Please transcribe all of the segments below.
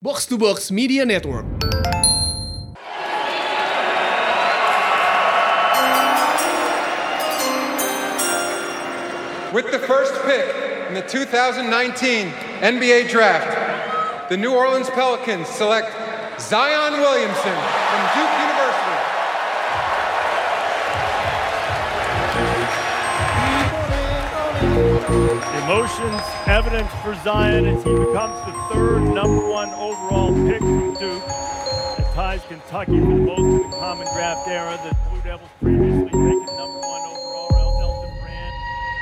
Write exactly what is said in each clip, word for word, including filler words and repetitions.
Box to Box Media Network. With the first pick in the two thousand nineteen N B A Draft, the New Orleans Pelicans select Zion Williamson from Duke University. Emotions evident for Zion as he becomes the third number one overall pick from Duke. That ties Kentucky for the most in the common draft era. The Blue Devils previously taken number one overall, Elton Brand.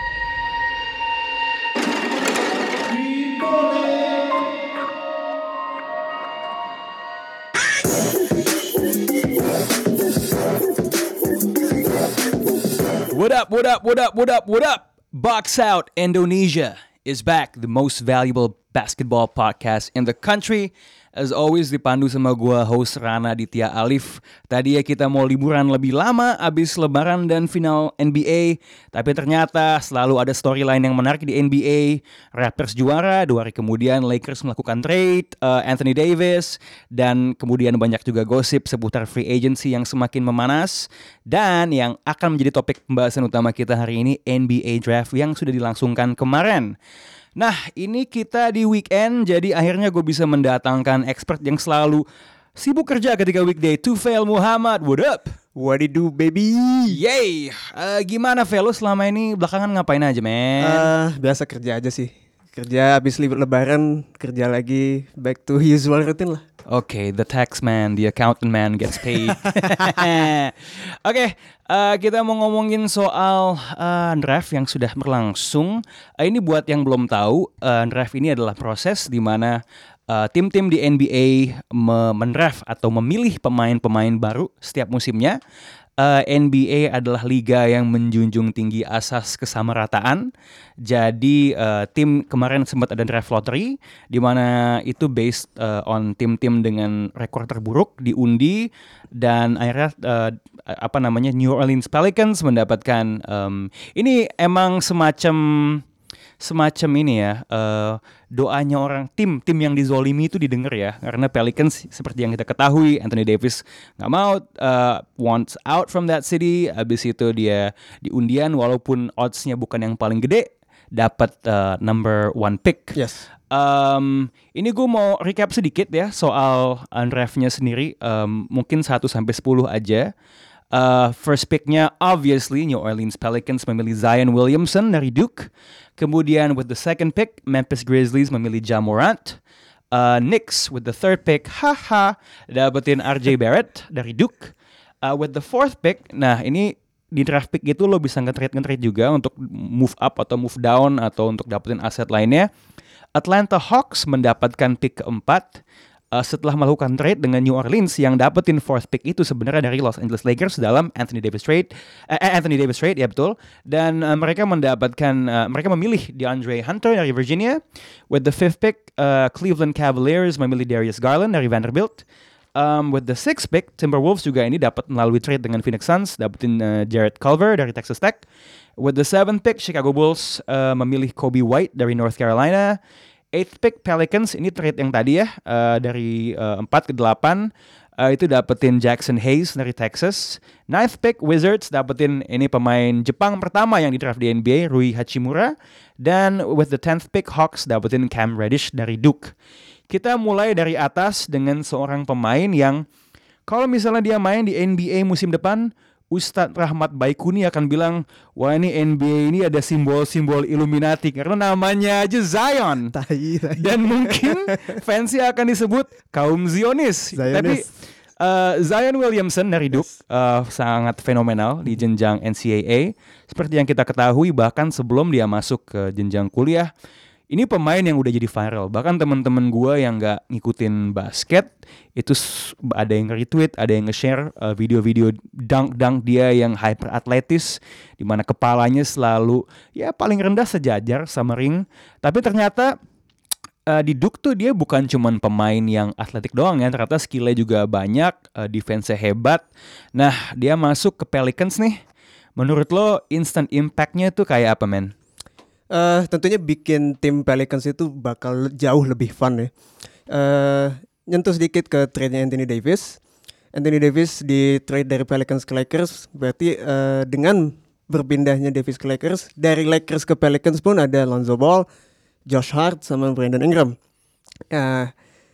What up, what up, what up, what up, what up? Box Out Indonesia is back, the most valuable basketball podcast in the country. As always, dipandu sama gue, host Rana Ditya Alif. Tadi ya kita mau liburan lebih lama abis lebaran dan final N B A. Tapi ternyata selalu ada storyline yang menarik di N B A. Raptors juara, dua hari kemudian Lakers melakukan trade uh, Anthony Davis. Dan kemudian banyak juga gosip seputar free agency yang semakin memanas. Dan yang akan menjadi topik pembahasan utama kita hari ini, N B A Draft yang sudah dilangsungkan kemarin. Nah, ini kita di weekend, jadi akhirnya gue bisa mendatangkan expert yang selalu sibuk kerja ketika weekday. Tufail Muhammad, what up? What it do, baby? Yay! Uh, gimana, Fel? Lu selama ini belakangan ngapain aja, men? Uh, biasa kerja aja sih. Kerja habis libur lebaran, kerja lagi, back to usual routine lah. Oke, okay, the tax man, the accountant man gets paid. Oke, okay, uh, kita mau ngomongin soal uh, draft yang sudah berlangsung. Uh, ini buat yang belum tahu, uh, draft ini adalah proses di mana uh, tim-tim di N B A mendraft atau memilih pemain-pemain baru setiap musimnya. Uh, N B A adalah liga yang menjunjung tinggi asas kesamarataan. Jadi uh, tim kemarin sempat ada draft lottery di mana itu based uh, on tim-tim dengan rekor terburuk diundi dan akhirnya uh, apa namanya New Orleans Pelicans mendapatkan um, ini emang semacam semacam ini ya uh, doanya orang tim tim yang dizolimi itu didengar ya, karena Pelicans seperti yang kita ketahui Anthony Davis nggak mau uh, wants out from that city. Abis itu dia di undian walaupun oddsnya bukan yang paling gede dapat uh, number one pick. Yes. Um, ini gue mau recap sedikit ya soal draftnya sendiri, um, mungkin satu sampai sepuluh aja. Uh, first picknya obviously New Orleans Pelicans memilih Zion Williamson dari Duke. Kemudian with the second pick Memphis Grizzlies memilih Ja Morant. uh, Knicks with the third pick haha dapetin R J Barrett dari Duke. uh, With the fourth pick, nah ini di draft pick itu lo bisa nge-trade-nge-trade juga untuk move up atau move down atau untuk dapetin aset lainnya. Atlanta Hawks mendapatkan pick keempat Uh, setelah melakukan trade dengan New Orleans yang dapetin fourth pick itu sebenarnya dari Los Angeles Lakers dalam Anthony Davis trade, eh, Anthony Davis trade ya betul. Dan uh, mereka mendapatkan, uh, mereka memilih DeAndre Hunter dari Virginia. With the fifth pick, uh, Cleveland Cavaliers memilih Darius Garland dari Vanderbilt. Um, with the sixth pick, Timberwolves juga ini dapat melalui trade dengan Phoenix Suns, dapetin uh, Jarrett Culver dari Texas Tech. With the seventh pick, Chicago Bulls uh, memilih Kobe White dari North Carolina. Eighth pick Pelicans, ini trade yang tadi ya, uh, dari uh, empat ke delapan, uh, itu dapetin Jackson Hayes dari Texas. Ninth pick Wizards dapetin ini pemain Jepang pertama yang di draft di N B A, Rui Hachimura. Dan with the tenth pick Hawks dapetin Cam Reddish dari Duke. Kita mulai dari atas dengan seorang pemain yang kalau misalnya dia main di N B A musim depan, Ustadz Rahmat Baikuni akan bilang, wah ini N B A ini ada simbol-simbol Illuminati karena namanya aja Zion. Tai, tai. Dan mungkin fansnya akan disebut kaum Zionis. Zionis. Tapi uh, Zion Williamson dari Duke uh, sangat fenomenal di jenjang N C A A. Seperti yang kita ketahui bahkan sebelum dia masuk ke jenjang kuliah, ini pemain yang udah jadi viral. Bahkan teman-teman gue yang gak ngikutin basket itu ada yang retweet, ada yang nge-share uh, video-video dunk-dunk dia yang hyper atletis, di mana kepalanya selalu ya paling rendah sejajar sama ring. Tapi ternyata uh, di Duke tuh dia bukan cuman pemain yang atletik doang ya, ternyata skillnya juga banyak, uh, defense-nya hebat. Nah, dia masuk ke Pelicans nih. Menurut lo instant impact-nya tuh kayak apa, men? Uh, tentunya bikin tim Pelicans itu bakal jauh lebih fun ya. Uh, nyentuh sedikit ke trade-nya Anthony Davis. Anthony Davis di trade dari Pelicans ke Lakers, berarti uh, dengan berpindahnya Davis ke Lakers, dari Lakers ke Pelicans pun ada Lonzo Ball, Josh Hart, sama Brandon Ingram. Uh,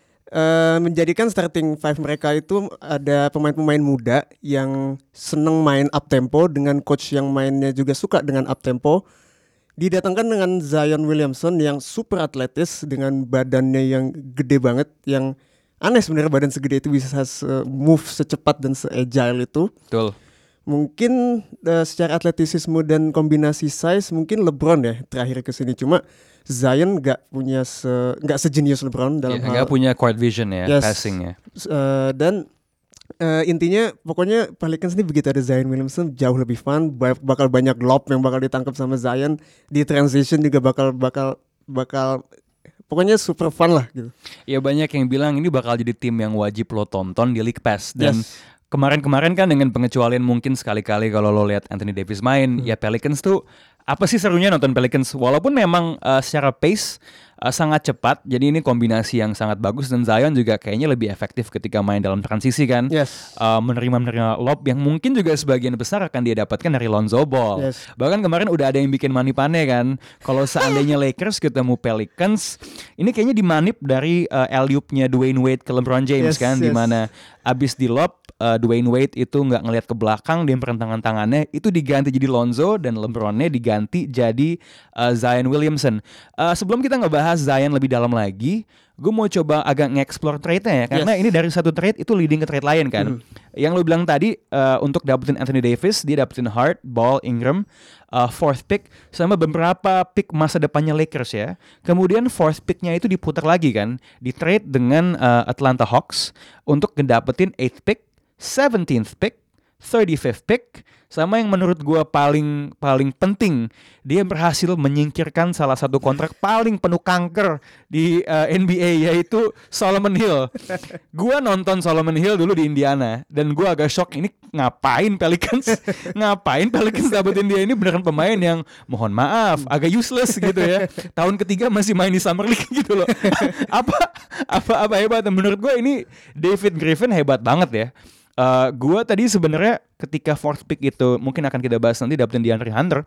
uh, menjadikan starting five mereka itu ada pemain-pemain muda yang seneng main up tempo dengan coach yang mainnya juga suka dengan up tempo. Didatangkan dengan Zion Williamson yang super atletis dengan badannya yang gede banget, yang aneh sebenarnya badan segede itu bisa move secepat dan se-agile itu. Betul. Mungkin uh, secara atletisisme dan kombinasi size mungkin LeBron ya terakhir ke sini, cuma Zion nggak punya se nggak sejenius LeBron dalam ya, hal nggak punya court vision ya, yes, passing ya. Uh, dan Uh, intinya pokoknya Pelicans ini begitu ada Zion Williamson jauh lebih fun, bakal banyak lob yang bakal ditangkap sama Zion, di transition juga bakal bakal bakal pokoknya super fun lah gitu. Ya banyak yang bilang ini bakal jadi tim yang wajib lo tonton di League Pass dan Yes. kemarin-kemarin kan dengan pengecualian mungkin sekali-kali kalau lo lihat Anthony Davis main, hmm. ya Pelicans tuh apa sih serunya nonton Pelicans walaupun memang uh, secara pace uh, sangat cepat, jadi ini kombinasi yang sangat bagus dan Zion juga kayaknya lebih efektif ketika main dalam transisi kan. Yes. Uh, menerima-menerima lob yang mungkin juga sebagian besar akan dia dapatkan dari Lonzo Ball. Yes. Bahkan kemarin udah ada yang bikin money pane kan. Kalau seandainya Lakers ketemu Pelicans, ini kayaknya dimanip dari uh, alley-oop-nya Dwayne Wade ke LeBron James yes, kan, yes. di mana abis di lob uh, Dwayne Wade itu nggak ngelihat ke belakang, dia pertentangan tangannya itu diganti jadi Lonzo dan LeBronnya diganti jadi uh, Zion Williamson. Uh, sebelum kita ngebahas Zion lebih dalam lagi, gue mau coba agak nge-explore trade-nya ya, karena yes. ini dari satu trade itu leading ke trade lain kan. Mm. Yang lu bilang tadi uh, untuk dapetin Anthony Davis, dia dapetin Hart, Ball, Ingram, uh, fourth pick sama beberapa pick masa depannya Lakers ya. Kemudian fourth pick-nya itu diputar lagi kan, di trade dengan uh, Atlanta Hawks untuk ngedapetin eighth pick, seventeenth pick, thirty-fifth pick, sama yang menurut gue paling paling penting, dia berhasil menyingkirkan salah satu kontrak paling penuh kanker di uh, N B A, yaitu Solomon Hill. Gue nonton Solomon Hill dulu di Indiana dan gue agak shock, ini ngapain Pelicans ngapain Pelicans dapetin dia, ini beneran pemain yang mohon maaf agak useless gitu ya, tahun ketiga masih main di Summer League gitu loh. apa apa apa hebat, menurut gue ini David Griffin hebat banget ya. Uh, gue tadi sebenarnya ketika fourth pick itu mungkin akan kita bahas nanti dapetin DeAndre Hunter,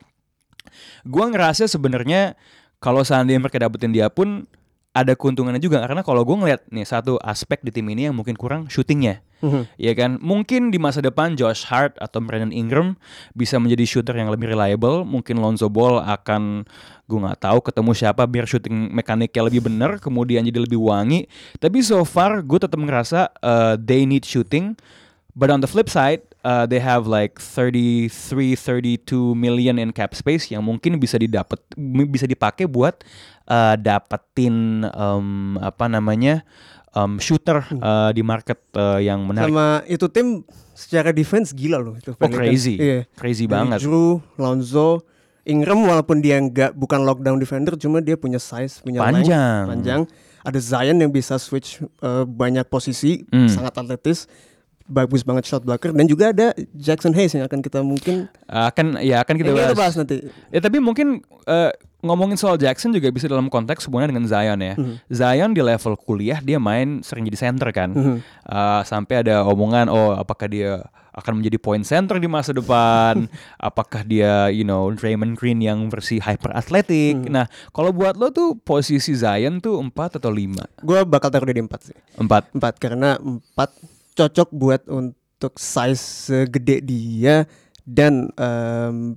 gue ngerasa sebenarnya kalau seandainya mereka dapetin dia pun ada keuntungannya juga, karena kalau gue ngeliat nih satu aspek di tim ini yang mungkin kurang shootingnya, mm-hmm. ya kan, mungkin di masa depan Josh Hart atau Brandon Ingram bisa menjadi shooter yang lebih reliable, mungkin Lonzo Ball akan, gue nggak tahu ketemu siapa biar shooting mekaniknya lebih benar, kemudian jadi lebih wangi, tapi so far gue tetap ngerasa uh, they need shooting. But on the flip side, uh, they have like thirty-three, thirty-two million in cap space yang mungkin bisa didapat, bisa dipakai buat uh, dapetin um, apa namanya um, shooter uh, di market uh, yang menarik. Sama itu tim secara defense gila loh itu. Oh crazy, iya. crazy Dari banget. Drew, Lonzo, Ingram walaupun dia nggak bukan lockdown defender, cuma dia punya size, punya panjang, length, panjang. Ada Zion yang bisa switch uh, banyak posisi, mm. sangat atletis. Bagus banget shot blocker, dan juga ada Jackson Hayes yang akan kita mungkin akan ya akan kita bahas. bahas. bahas nanti. Ya tapi mungkin uh, ngomongin soal Jackson juga bisa dalam konteks hubungannya dengan Zion ya. Mm-hmm. Zion di level kuliah dia main sering jadi center kan. Mm-hmm. Uh, sampai ada omongan oh apakah dia akan menjadi point center di masa depan, apakah dia you know Draymond Green yang versi hyper atletik. Mm-hmm. Nah, kalau buat lo tuh posisi Zion tuh empat atau lima? Gue bakal taruh dia di empat sih. empat. empat karena empat cocok buat untuk size segede dia, dan um,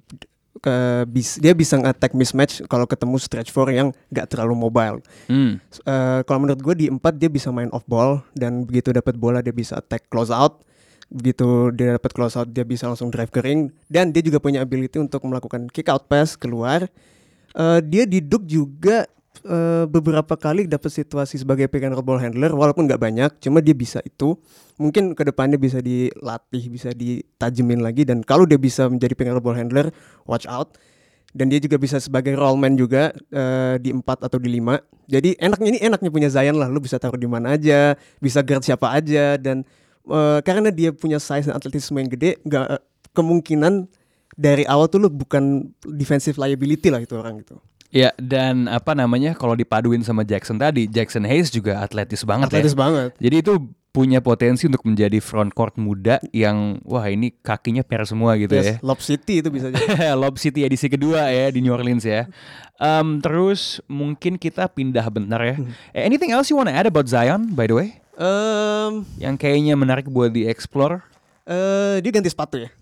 ke, bis, dia bisa nge-attack mismatch kalau ketemu stretch four yang gak terlalu mobile. Hmm. Uh, kalau menurut gue di empat dia bisa main off ball, dan begitu dapat bola dia bisa attack close out. Begitu dia dapat close out dia bisa langsung drive ke ring, dan dia juga punya ability untuk melakukan kick out pass keluar. Uh, dia di Duke juga Uh, beberapa kali dapat situasi sebagai pick and roll ball handler, walaupun nggak banyak, cuma dia bisa itu. Mungkin kedepannya bisa dilatih, bisa ditajemin lagi, dan kalau dia bisa menjadi pick and roll ball handler, watch out. Dan dia juga bisa sebagai roll man juga uh, di empat atau di lima. Jadi enaknya ini enaknya punya Zion lah, lu bisa taruh di mana aja, bisa guard siapa aja, dan uh, karena dia punya size dan atletisme yang gede, nggak uh, kemungkinan dari awal tuh lu bukan defensive liability lah itu orang gitu. Ya, dan apa namanya kalau dipaduin sama Jackson tadi, Jackson Hayes juga atletis banget Atletis ya. banget. Jadi itu punya potensi untuk menjadi front court muda yang wah ini kakinya per semua gitu Yes, ya. Lob City itu bisa jadi. Lob City edisi kedua ya di New Orleans ya. Um, terus mungkin kita pindah bentar ya. Eh, anything else you wanna add about Zion by the way? Em, Yang kayaknya menarik buat di-explore? eh, dia ganti sepatu ya.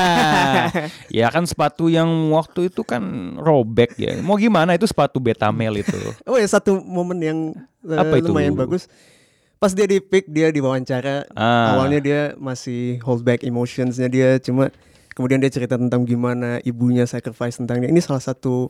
Ya kan sepatu yang waktu itu kan robek ya. Mau gimana itu sepatu Betamel itu. Oh ya, satu momen yang eh, Apa itu? lumayan bagus. Pas dia di pick, dia diwawancara. Ah. Awalnya dia masih hold back emotionsnya dia, cuma kemudian dia cerita tentang gimana ibunya sacrifice tentang dia. Ini salah satu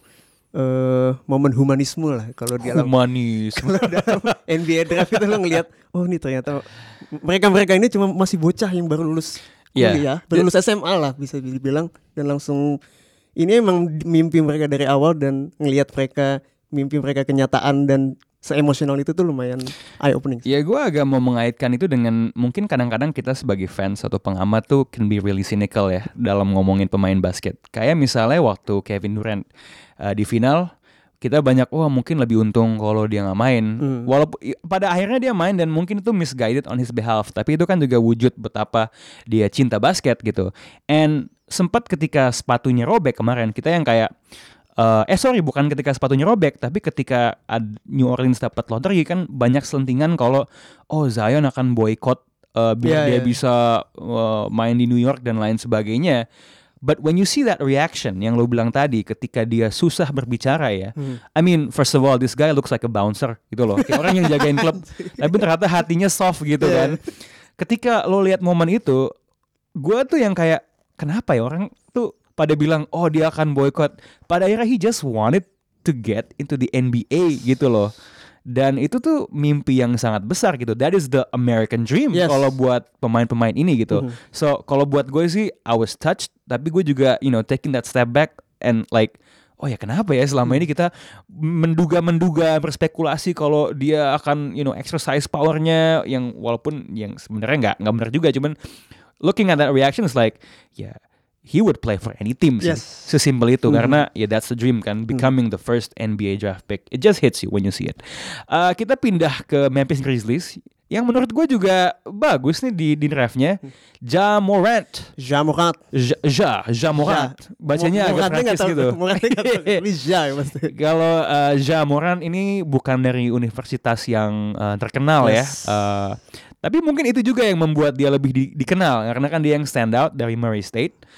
eh, momen humanisme lah kalau di alam Humanis. kalau dalam N B A draft itu lo ngelihat, oh ini ternyata mereka-mereka ini cuma masih bocah yang baru lulus Iya. kuliah, baru lulus S M A lah bisa dibilang, dan langsung ini emang mimpi mereka dari awal, dan ngelihat mereka mimpi mereka kenyataan dan seemosional itu tuh lumayan eye opening. Ya gue agak mau mengaitkan itu dengan mungkin kadang-kadang kita sebagai fans atau pengamat tuh can be really cynical ya dalam ngomongin pemain basket. Kayak misalnya waktu Kevin Durant uh, di final, kita banyak wah mungkin lebih untung kalau dia nggak main. Hmm. Walaupun i- pada akhirnya dia main dan mungkin itu misguided on his behalf. Tapi itu kan juga wujud betapa dia cinta basket gitu. And sempat ketika sepatunya robek kemarin kita yang kayak Uh, eh sorry bukan ketika sepatunya robek, tapi ketika ad- New Orleans dapat lottery kan banyak selentingan kalau oh Zion akan boykot uh, biar Iya, dia iya. bisa uh, main di New York dan lain sebagainya. But when you see that reaction yang lo bilang tadi ketika dia susah berbicara ya, Hmm. I mean first of all this guy looks like a bouncer gitu loh, kayak orang yang jagain klub, tapi ternyata hatinya soft gitu kan. Ketika lo lihat momen itu, gue tuh yang kayak kenapa ya orang tuh pada bilang oh dia akan boykot. Pada akhirnya he just wanted to get into the N B A gitu loh. Dan itu tuh mimpi yang sangat besar gitu. That is the American dream Yes. kalau buat pemain-pemain ini gitu. Mhm. So kalau buat gue sih I was touched, tapi gue juga you know taking that step back and like oh ya kenapa ya selama ini kita menduga-menduga berspekulasi kalau dia akan you know exercise powernya yang walaupun yang sebenarnya nggak nggak benar juga, cuman looking at that reaction is like yeah he would play for any team sih. Yes. Sesimpel itu Mhm. karena ya that's the dream kan, becoming the first N B A draft pick. It just hits you when you see it. Uh, kita pindah ke Memphis Grizzlies yang menurut gue juga bagus nih di di draftnya. Ja Morant. Ja Morant. Ja Ja, ja Morant. Bacanya agak Morantnya nggak praktis tahu, gitu. Morantnya nggak tahu. Ini Ja ya pasti. Kalau uh, Ja Morant ini bukan dari universitas yang uh, terkenal Yes. ya. Uh, tapi mungkin itu juga yang membuat dia lebih di- dikenal karena kan dia yang stand out dari Murray State.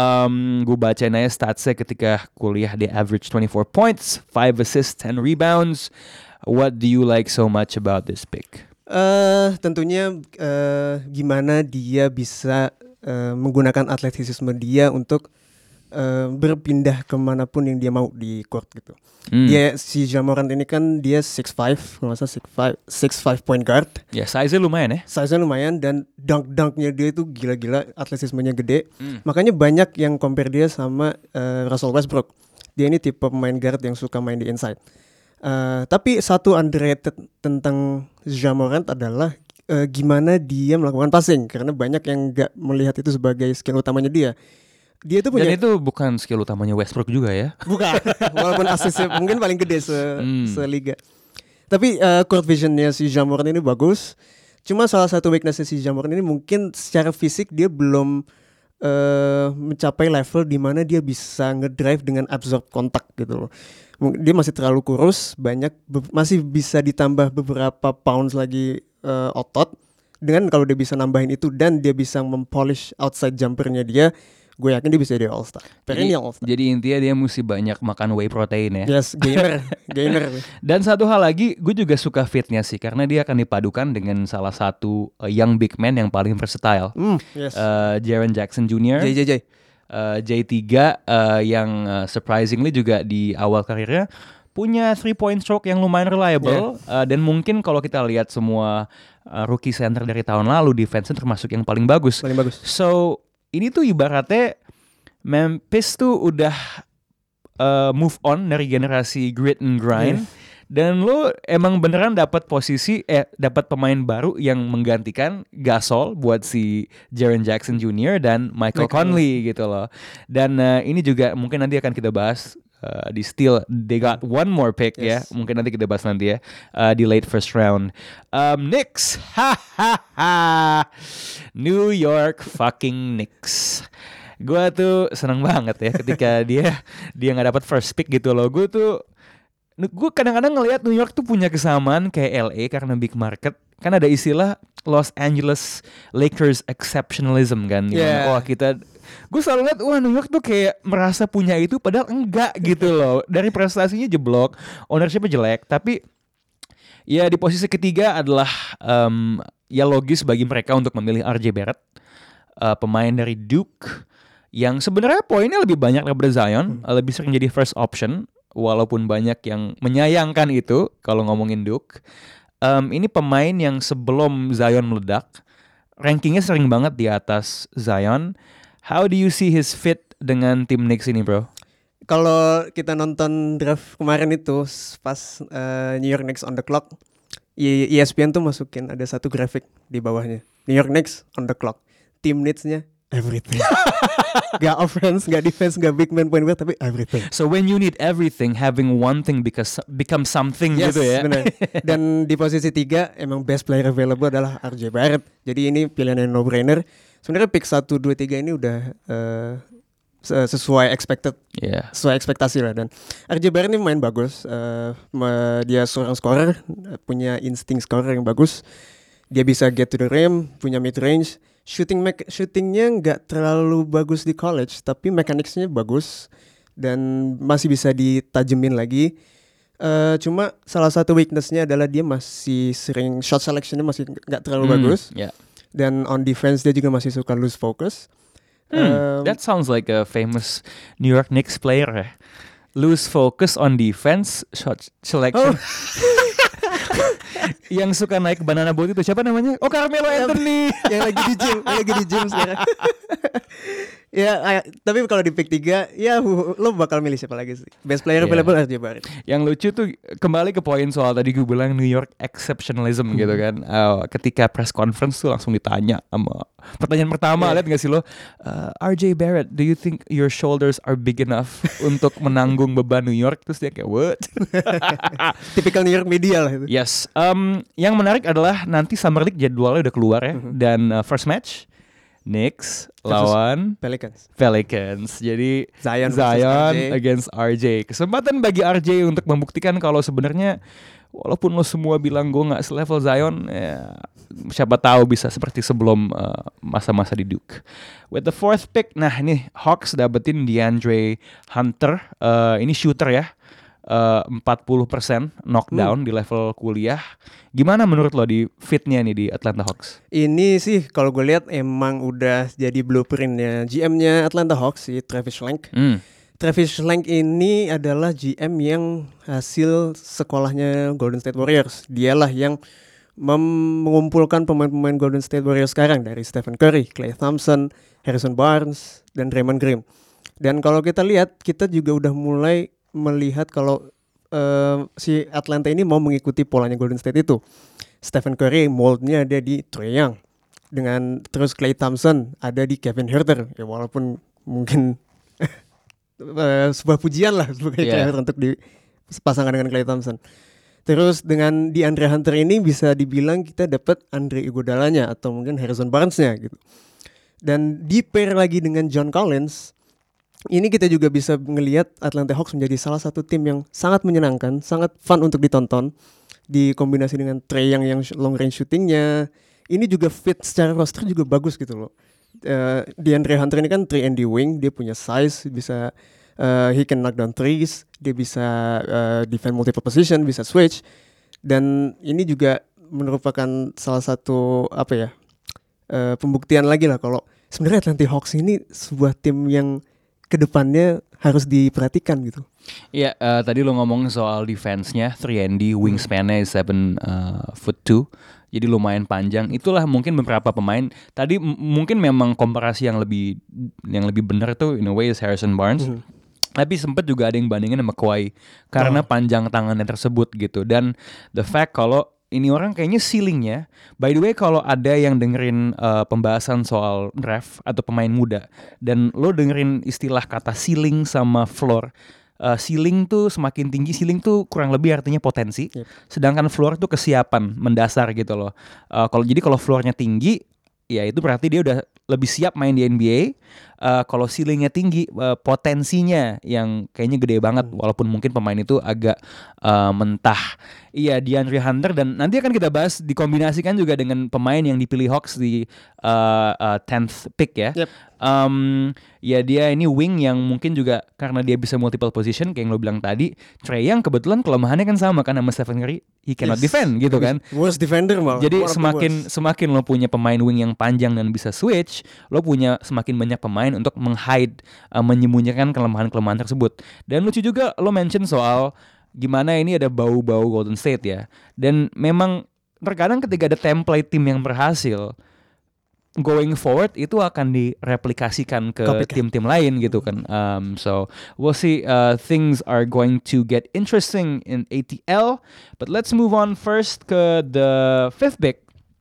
Um, gue bacain aja statsnya ketika kuliah, dia average twenty-four points, five assists, ten rebounds. What do you like so much about this pick? Eh tentunya eh, gimana dia bisa eh, menggunakan atletisisme dia untuk eh, berpindah kemanapun yang dia mau di court gitu. Hmm. Dia si Ja Morant ini kan dia six five, kalau nggak salah six five, six five point guard. Ya size-nya lumayan ya. Size-nya lumayan dan dunk-dunknya dia itu gila-gila, atletismenya gede. Hmm. Makanya banyak yang compare dia sama eh, Russell Westbrook. Dia ini tipe pemain guard yang suka main di inside. Eh, tapi satu underrated tentang Ja Morant adalah eh, gimana dia melakukan passing, karena banyak yang nggak melihat itu sebagai skill utamanya dia. Dia itu punya Dan itu bukan skill utamanya Westbrook juga ya. bukan, walaupun asisnya mungkin paling gede se Hmm. seliga. Tapi eh, court visionnya si Ja Morant ini bagus. Cuma salah satu weaknessnya si Ja Morant ini mungkin secara fisik dia belum eh, mencapai level di mana dia bisa ngedrive dengan absorb kontak gitu loh. Mung- Dia masih terlalu kurus, banyak be- masih bisa ditambah beberapa pounds lagi eh, otot. Dengan kalau dia bisa nambahin itu dan dia bisa mempolish outside jumpernya dia, gue yakin dia bisa jadi all star. Jadi, Perennial all star. jadi intinya dia mesti banyak makan whey protein ya. Yes, gainer, gainer. Dan satu hal lagi, gue juga suka fitnya sih karena dia akan dipadukan dengan salah satu uh, young big man yang paling versatile, Hmm, yes. uh, Jaren Jackson Junior J J J. uh, J tiga uh, yang uh, surprisingly juga di awal karirnya punya three point stroke yang lumayan reliable. Uh, dan mungkin kalau kita lihat semua uh, rookie center dari tahun lalu, defense-nya termasuk yang paling bagus. Paling bagus. So ini tuh ibaratnya Memphis tuh udah uh, move on dari generasi grit and grind. Dan lo emang beneran dapat posisi eh dapat pemain baru yang menggantikan Gasol buat si Jaren Jackson Junior dan Michael Michael. Conley gitu loh. Dan uh, ini juga mungkin nanti akan kita bahas uh, di steal. They got one more pick ya. Yes. Mungkin nanti kita bahas nanti ya uh, di late first round. Um, Knicks, hahaha, New York fucking Knicks. Gue tuh seneng banget ya ketika dia dia nggak dapat first pick gitu loh. Gue tuh gue kadang-kadang ngelihat New York tuh punya kesamaan kayak L A karena big market. Kan ada istilah Los Angeles Lakers exceptionalism kan. Dimana, Yeah. wah kita, gue selalu lihat wah New York tuh kayak merasa punya itu padahal enggak gitu loh. Dari prestasinya jeblok, ownershipnya jelek. Tapi ya di posisi ketiga adalah um, ya logis bagi mereka untuk memilih R J Barrett, uh, pemain dari Duke yang sebenarnya poinnya lebih banyak daripada Zion, uh, lebih sering jadi first option. Walaupun banyak yang menyayangkan itu kalau ngomongin Duke. Um, ini pemain yang sebelum Zion meledak, rankingnya sering banget di atas Zion. How do you see his fit dengan tim Knicks ini, bro? Kalau kita nonton draft kemarin itu pas uh, New York Knicks on the clock, E S P N tuh masukin ada satu grafik di bawahnya. New York Knicks on the clock. Team needs-nya everything. Gak offense, gak defense, gak big man point guard, tapi everything. So when you need everything, having one thing because become something Yes, gitu ya. benar. Dan di posisi tiga emang best player available adalah R J Barrett. Jadi ini pilihan yang no-brainer. Sebenarnya pick satu, dua, tiga ini udah uh, sesuai expected, Yeah. sesuai ekspektasi lah. Dan R J Barrett ini main bagus. Uh, dia seorang scorer, punya insting scorer yang bagus. Dia bisa get to the rim, punya mid range. Shooting me- shootingnya nggak terlalu bagus di college, tapi mechanicsnya bagus dan masih bisa ditajemin lagi. Uh, cuma salah satu weaknessnya adalah dia masih sering shot selectionnya masih nggak terlalu Hmm, bagus. yeah. Dan on defense dia juga masih suka lose focus. Hmm, Um, that sounds like a famous New York Knicks player ya. Lose focus on defense, shot selection. Oh. Yang suka naik banana boat itu siapa namanya? Oh, Carmelo Anthony. yang lagi di gym, yang lagi di gym sekarang. Ya, ay- tapi kalau di pick tiga, ya hu- lo bakal milih siapa lagi sih? Best player Yeah. available R J Barrett. Yang lucu tuh kembali ke poin soal tadi gue bilang New York exceptionalism gitu kan. Uh, ketika press conference tuh langsung ditanya sama pertanyaan pertama, Yeah. lihat gak sih lo? Uh, R J Barrett, do you think your shoulders are big enough untuk menanggung beban New York? Terus dia kayak what? Typical New York media lah itu. Yes. Um, yang menarik adalah nanti Summer League jadwalnya udah keluar ya. Dan uh, first match Knicks lawan Pelicans. Pelicans. Jadi Zion versus Zion R J. against R J. Kesempatan bagi R J untuk membuktikan kalau sebenarnya walaupun lo semua bilang gue nggak selevel Zion, ya, siapa tahu bisa seperti sebelum uh, masa-masa di Duke. With the fourth pick, nah ini Hawks dapetin DeAndre Hunter. Uh, ini shooter ya. Uh, empat puluh persen knockdown di level kuliah. Gimana menurut lo di fitnya nih di Atlanta Hawks? Ini sih kalau gue lihat emang udah jadi blueprintnya G M-nya Atlanta Hawks si Travis Schlenk. Hmm. Travis Schlenk ini adalah G M yang hasil sekolahnya Golden State Warriors. Dialah yang mem- mengumpulkan pemain-pemain Golden State Warriors sekarang dari Stephen Curry, Klay Thompson, Harrison Barnes, dan Draymond Green. Dan kalau kita lihat, kita juga udah mulai melihat kalau uh, si Atlanta ini mau mengikuti polanya Golden State itu. Stephen Curry moldnya ada di Trae Young, dengan terus Klay Thompson ada di Kevin Huerter. Ya walaupun mungkin uh, sebuah pujian lah sebagai Yeah. Klay Huerter untuk dipasangkan dengan Klay Thompson. Terus dengan di Andre Hunter ini bisa dibilang kita dapat Andre Iguodalanya atau mungkin Harrison Barnes-nya gitu. Dan di pair lagi dengan John Collins, ini kita juga bisa ngelihat Atlanta Hawks menjadi salah satu tim yang sangat menyenangkan, sangat fun untuk ditonton. Dikombinasi dengan Trae Young yang long range shootingnya, ini juga fit secara roster juga bagus gitu loh. Uh, DeAndre Hunter ini kan three and D wing, dia punya size, bisa uh, he can knock down threes, dia bisa uh, defend multiple position, bisa switch. Dan ini juga merupakan salah satu apa ya uh, pembuktian lagi lah kalau sebenarnya Atlanta Hawks ini sebuah tim yang kedepannya harus diperhatikan gitu. Iya, uh, tadi lo ngomong soal defense-nya, three and D, wingspan-nya seven uh, foot two. Jadi lumayan panjang. Itulah mungkin beberapa pemain. Tadi m- mungkin memang komparasi yang lebih yang lebih benar tuh in a way is Harrison Barnes. Mhm. Tapi sempat juga ada yang bandingin sama Kawhi karena panjang tangannya tersebut gitu. Dan the fact kalau ini orang kayaknya ceilingnya, by the way kalau ada yang dengerin uh, pembahasan soal draft atau pemain muda dan lo dengerin istilah kata ceiling sama floor, uh, ceiling tuh semakin tinggi, ceiling tuh kurang lebih artinya potensi, Yep. sedangkan floor tuh kesiapan mendasar gitu loh. Uh, kalau jadi kalau floornya tinggi, ya itu berarti dia udah lebih siap main di N B A. Uh, kalau ceilingnya tinggi, uh, potensinya yang kayaknya gede banget, walaupun mungkin pemain itu agak uh, mentah. Iya, DeAndre Hunter, dan nanti akan kita bahas dikombinasikan juga dengan pemain yang dipilih Hawks di uh, uh, tenth pick ya. Yep. Um, ya dia ini wing yang mungkin juga karena dia bisa multiple position kayak yang lo bilang tadi. Trae Young kebetulan kelemahannya kan sama kan sama Stephen Curry, he cannot Yes. defend gitu kan. Worst defender malah. Jadi One of the semakin worst. semakin lo punya pemain wing yang panjang dan bisa switch, lo punya semakin banyak pemain untuk menghide, uh, menyembunyikan kelemahan-kelemahan tersebut. Dan lucu juga lo mention soal gimana ini ada bau-bau Golden State ya. Dan memang terkadang ketika ada template tim yang berhasil, going forward itu akan direplikasikan ke Copycat. tim-tim lain gitu kan. Um, so we'll see. Uh, things are going to get interesting in A T L. But let's move on first ke the fifth pick.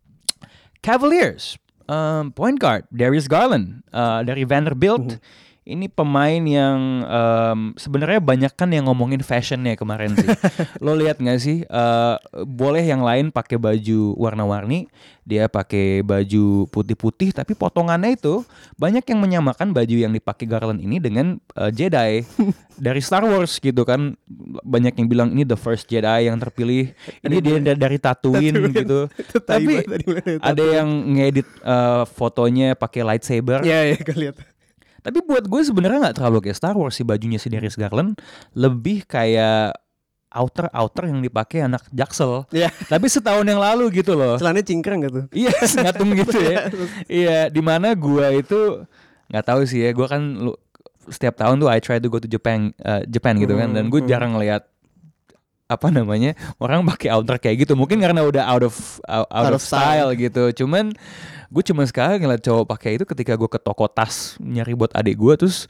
Cavaliers, um, point guard Darius Garland uh, dari Vanderbilt. Ini pemain yang um, sebenarnya banyak kan yang ngomongin fashionnya kemarin sih. Lo lihat nggak sih? Uh, boleh yang lain pakai baju warna-warni, dia pakai baju putih-putih, tapi potongannya itu banyak yang menyamakan baju yang dipakai Garland ini dengan uh, Jedi dari Star Wars gitu kan. Banyak yang bilang ini the first Jedi yang terpilih. Ini dia da- dari Tatooine gitu. Itu tai Tapi banget tadi mulai dari ada Tatooine. yang ngedit uh, fotonya pakai lightsaber. Iya, iya, gue lihat. Tapi buat gue sebenarnya nggak terlalu kayak Star Wars sih bajunya si Darius Garland, lebih kayak outer outer yang dipakai anak Jaksel. Iya. Tapi setahun yang lalu gitu loh. Celananya cingkrang gitu. Iya, ngatung gitu ya. Iya, di mana gue itu nggak tahu sih ya. Gue kan lu, setiap tahun tuh I try to go to Japan, uh, Japan gitu kan, dan gue jarang ngeliat apa namanya orang pakai outer kayak gitu. Mungkin karena udah out of out, out Out of of style, style. gitu. Cuman gue cuma sekali ngeliat cowok pakai itu ketika gue ke toko tas nyari buat adik gue, terus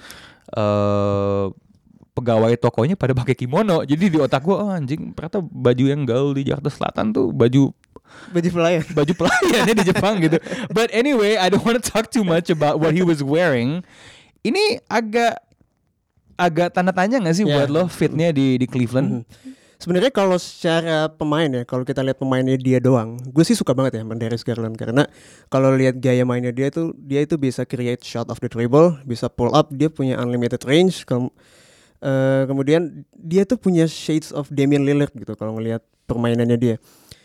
uh, pegawai tokonya pada pakai kimono. Jadi di otak gue, oh anjing, ternyata baju yang gaul di Jakarta Selatan tuh baju Baju pelayan. baju pelayannya di Jepang gitu. But anyway, I don't want to talk too much about what he was wearing. Ini agak agak tanda tanya nggak sih Yeah. buat lo fitnya di di Cleveland? Sebenarnya kalau secara pemain ya, kalau kita lihat pemainnya dia doang, gue sih suka banget ya sama Darius Garland, karena kalau lihat gaya mainnya dia tuh, dia itu bisa create shot of the dribble, bisa pull up, dia punya unlimited range. Kem- uh, kemudian dia tuh punya shades of Damian Lillard gitu kalau ngelihat permainannya dia.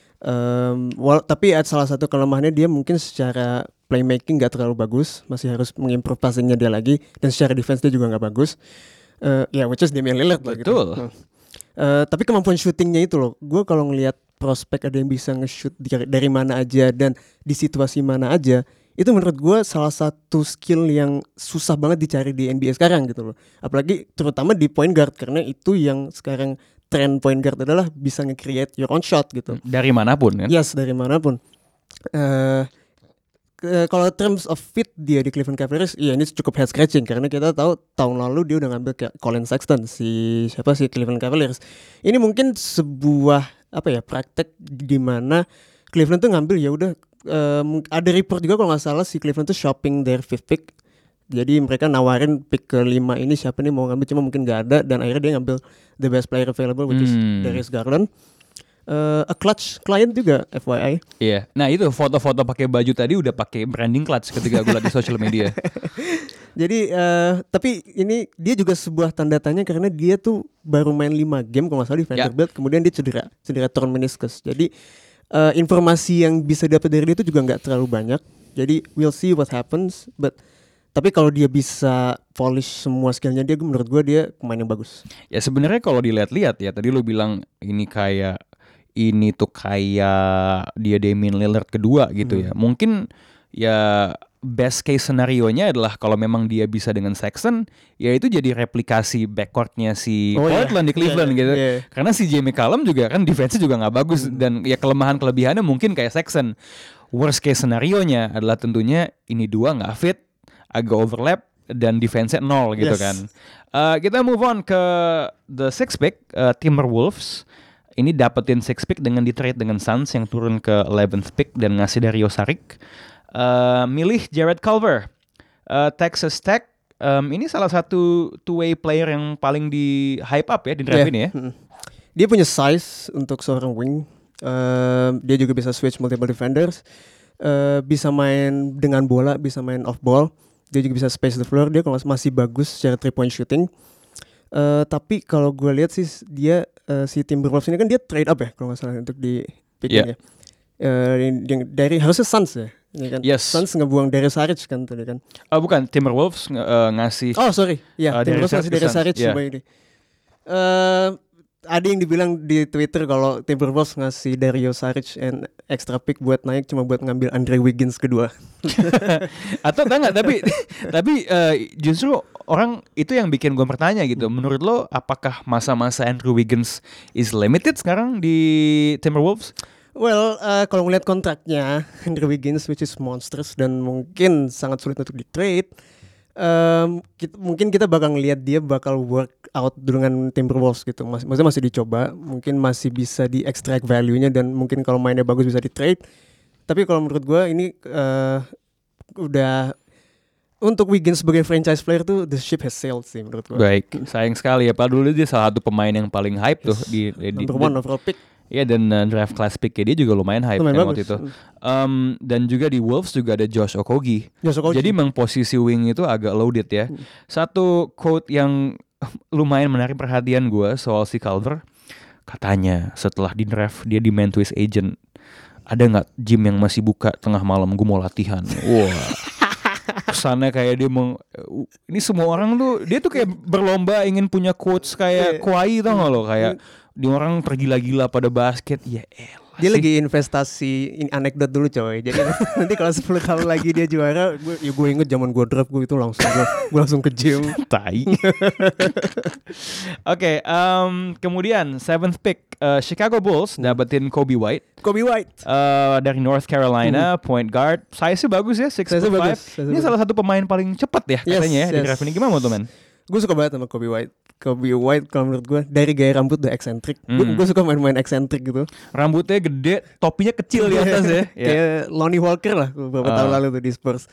Um, wal- tapi at salah satu kelemahannya dia mungkin secara playmaking gak terlalu bagus, masih harus mengimprove passingnya dia lagi, dan secara defense dia juga gak bagus. Uh, ya, yeah, which is Damian Lillard lah gitu. Betul. Nah. Uh, tapi kemampuan syutingnya itu loh, gue kalau ngelihat prospek ada yang bisa nge-shoot dari, dari mana aja dan di situasi mana aja, itu menurut gue salah satu skill yang susah banget dicari di N B A sekarang gitu loh. Apalagi terutama di point guard, karena itu yang sekarang tren point guard adalah bisa nge-create your own shot gitu. Dari manapun kan? Yes, dari manapun. Uh, ke- kalau terms of fit dia di Cleveland Cavaliers, iya ini cukup head scratching karena kita tahu tahun lalu dia udah ngambil kayak Colin Sexton, si siapa sih Cleveland Cavaliers. Ini mungkin sebuah apa ya praktek di mana Cleveland tuh ngambil ya udah um, ada report juga kalau nggak salah si Cleveland tuh shopping their fifth pick. Jadi mereka nawarin pick kelima ini siapa nih mau ngambil, cuma mungkin nggak ada, dan akhirnya dia ngambil the best player available which is Hmm. Darius Garland. Uh, a clutch client juga F Y I. Iya. Nah itu foto-foto pakai baju tadi udah pakai branding clutch ketika gue liat di social media. Jadi uh, tapi ini dia juga sebuah tanda tanya karena dia tuh baru main lima game kalau nggak salah di Vanderbilt, kemudian dia cedera, cedera torn meniscus. Jadi uh, informasi yang bisa dapat dari dia itu juga nggak terlalu banyak. Jadi we'll see what happens, but tapi kalau dia bisa polish semua skillnya dia, menurut gue dia pemain yang bagus. Ya sebenarnya kalau dilihat-lihat ya, tadi lu bilang ini kayak ini tuh kayak dia Damian Lillard kedua gitu ya. Mungkin ya best case scenario-nya adalah kalau memang dia bisa dengan Sexton, ya itu jadi replikasi backcourt-nya si Oh, iya. Portland di Cleveland Iya, gitu. iya. Karena si J. McCallum juga kan defense-nya juga nggak bagus, dan ya kelemahan-kelebihannya mungkin kayak Sexton. Worst case scenario-nya adalah tentunya ini dua nggak fit, agak overlap, dan defense-nya nol gitu Yes. kan. Uh, kita move on ke the sixth pick, uh, Timberwolves. Ini dapetin six pick dengan di trade dengan Suns yang turun ke eleventh pick dan ngasih Dario Saric. Uh, milih Jared Culver, uh, Texas Tech. um, ini salah satu two-way player yang paling di hype up ya di draft Yeah. ini ya. Mm. Dia punya size untuk seorang wing. Um, dia juga bisa switch multiple defenders. Uh, bisa main dengan bola, bisa main off ball. Dia juga bisa space the floor. Dia kalau masih bagus secara three point shooting. Uh, tapi kalau gue lihat sih dia uh, si Timberwolves ini kan dia trade up ya kalau nggak salah untuk di picknya. Yeah. Uh, yang dari harusnya Suns ya. Ya kan? Yes. Suns ngebuang Darius Saric kan tadi kan. Oh bukan, Timberwolves ng- uh, ngasih. Oh sorry, ya Uh, Timberwolves Darius ngasih Darius Saric, Saric yeah. coba ini. Uh, ada yang dibilang di Twitter kalau Timberwolves ngasih Darius Saric and extra pick buat naik cuma buat ngambil Andre Wiggins kedua. Atau enggak enggak tapi tapi uh, justru orang itu yang bikin gue bertanya gitu. Menurut lo apakah masa-masa Andrew Wiggins is limited sekarang di Timberwolves? Well, uh, kalau ngeliat kontraknya Andrew Wiggins which is monstrous dan mungkin sangat sulit untuk di trade, um, kita, mungkin kita bakal ngeliat dia bakal work out dengan Timberwolves gitu. Mas, maksudnya masih dicoba, mungkin masih bisa di extract value-nya dan mungkin kalau mainnya bagus bisa di trade. Tapi kalau menurut gue ini uh, udah untuk Wiggins sebagai franchise player tuh the ship has sailed sih menurut gue. Baik, sayang sekali ya. Padahal dulu dia salah satu pemain yang paling hype tuh di, di Number di- one overall pick. Iya dan uh, draft class pick-nya dia juga lumayan hype Lumayan kan waktu bagus. itu. Um, dan juga di Wolves juga ada Josh Okogie. Josh Okogie. Jadi memang posisi wing itu agak loaded ya. Satu quote yang lumayan menarik perhatian gue soal si Culver. Katanya setelah di draft dia di to his agent. Ada nggak gym yang masih buka tengah malam gue mau latihan. Wah. Kesannya kayak dia mau uh, ini semua orang tuh dia tuh kayak berlomba ingin punya coach kayak Kawhi tau gak lo kayak di orang tergila-gila pada basket ya elah Dia sih. lagi investasi ini anekdot dulu coy. Jadi nanti kalau sepuluh kali lagi dia juara, gue ya gue inget zaman gue draft gue itu langsung gue, gue langsung ke gym. Tai. Oke, um, kemudian seventh pick uh, Chicago Bulls dapetin Kobe White Kobe White. uh, dari North Carolina, point guard. Size-nya bagus ya, six Size-nya foot five. bagus, size-nya Ini bagus. salah satu pemain paling cepat ya Yes, katanya ya di yes. draft ini. Gimana tuh men? Gue suka banget sama Kobe White. Kobe White kalau menurut gue dari gaya rambut udah eksentrik. Gue Hmm. gue suka main-main eksentrik gitu. Rambutnya gede, topinya kecil di atas ya. Ya. Kayak Lonnie Walker lah beberapa Ah. tahun lalu tuh di Spurs.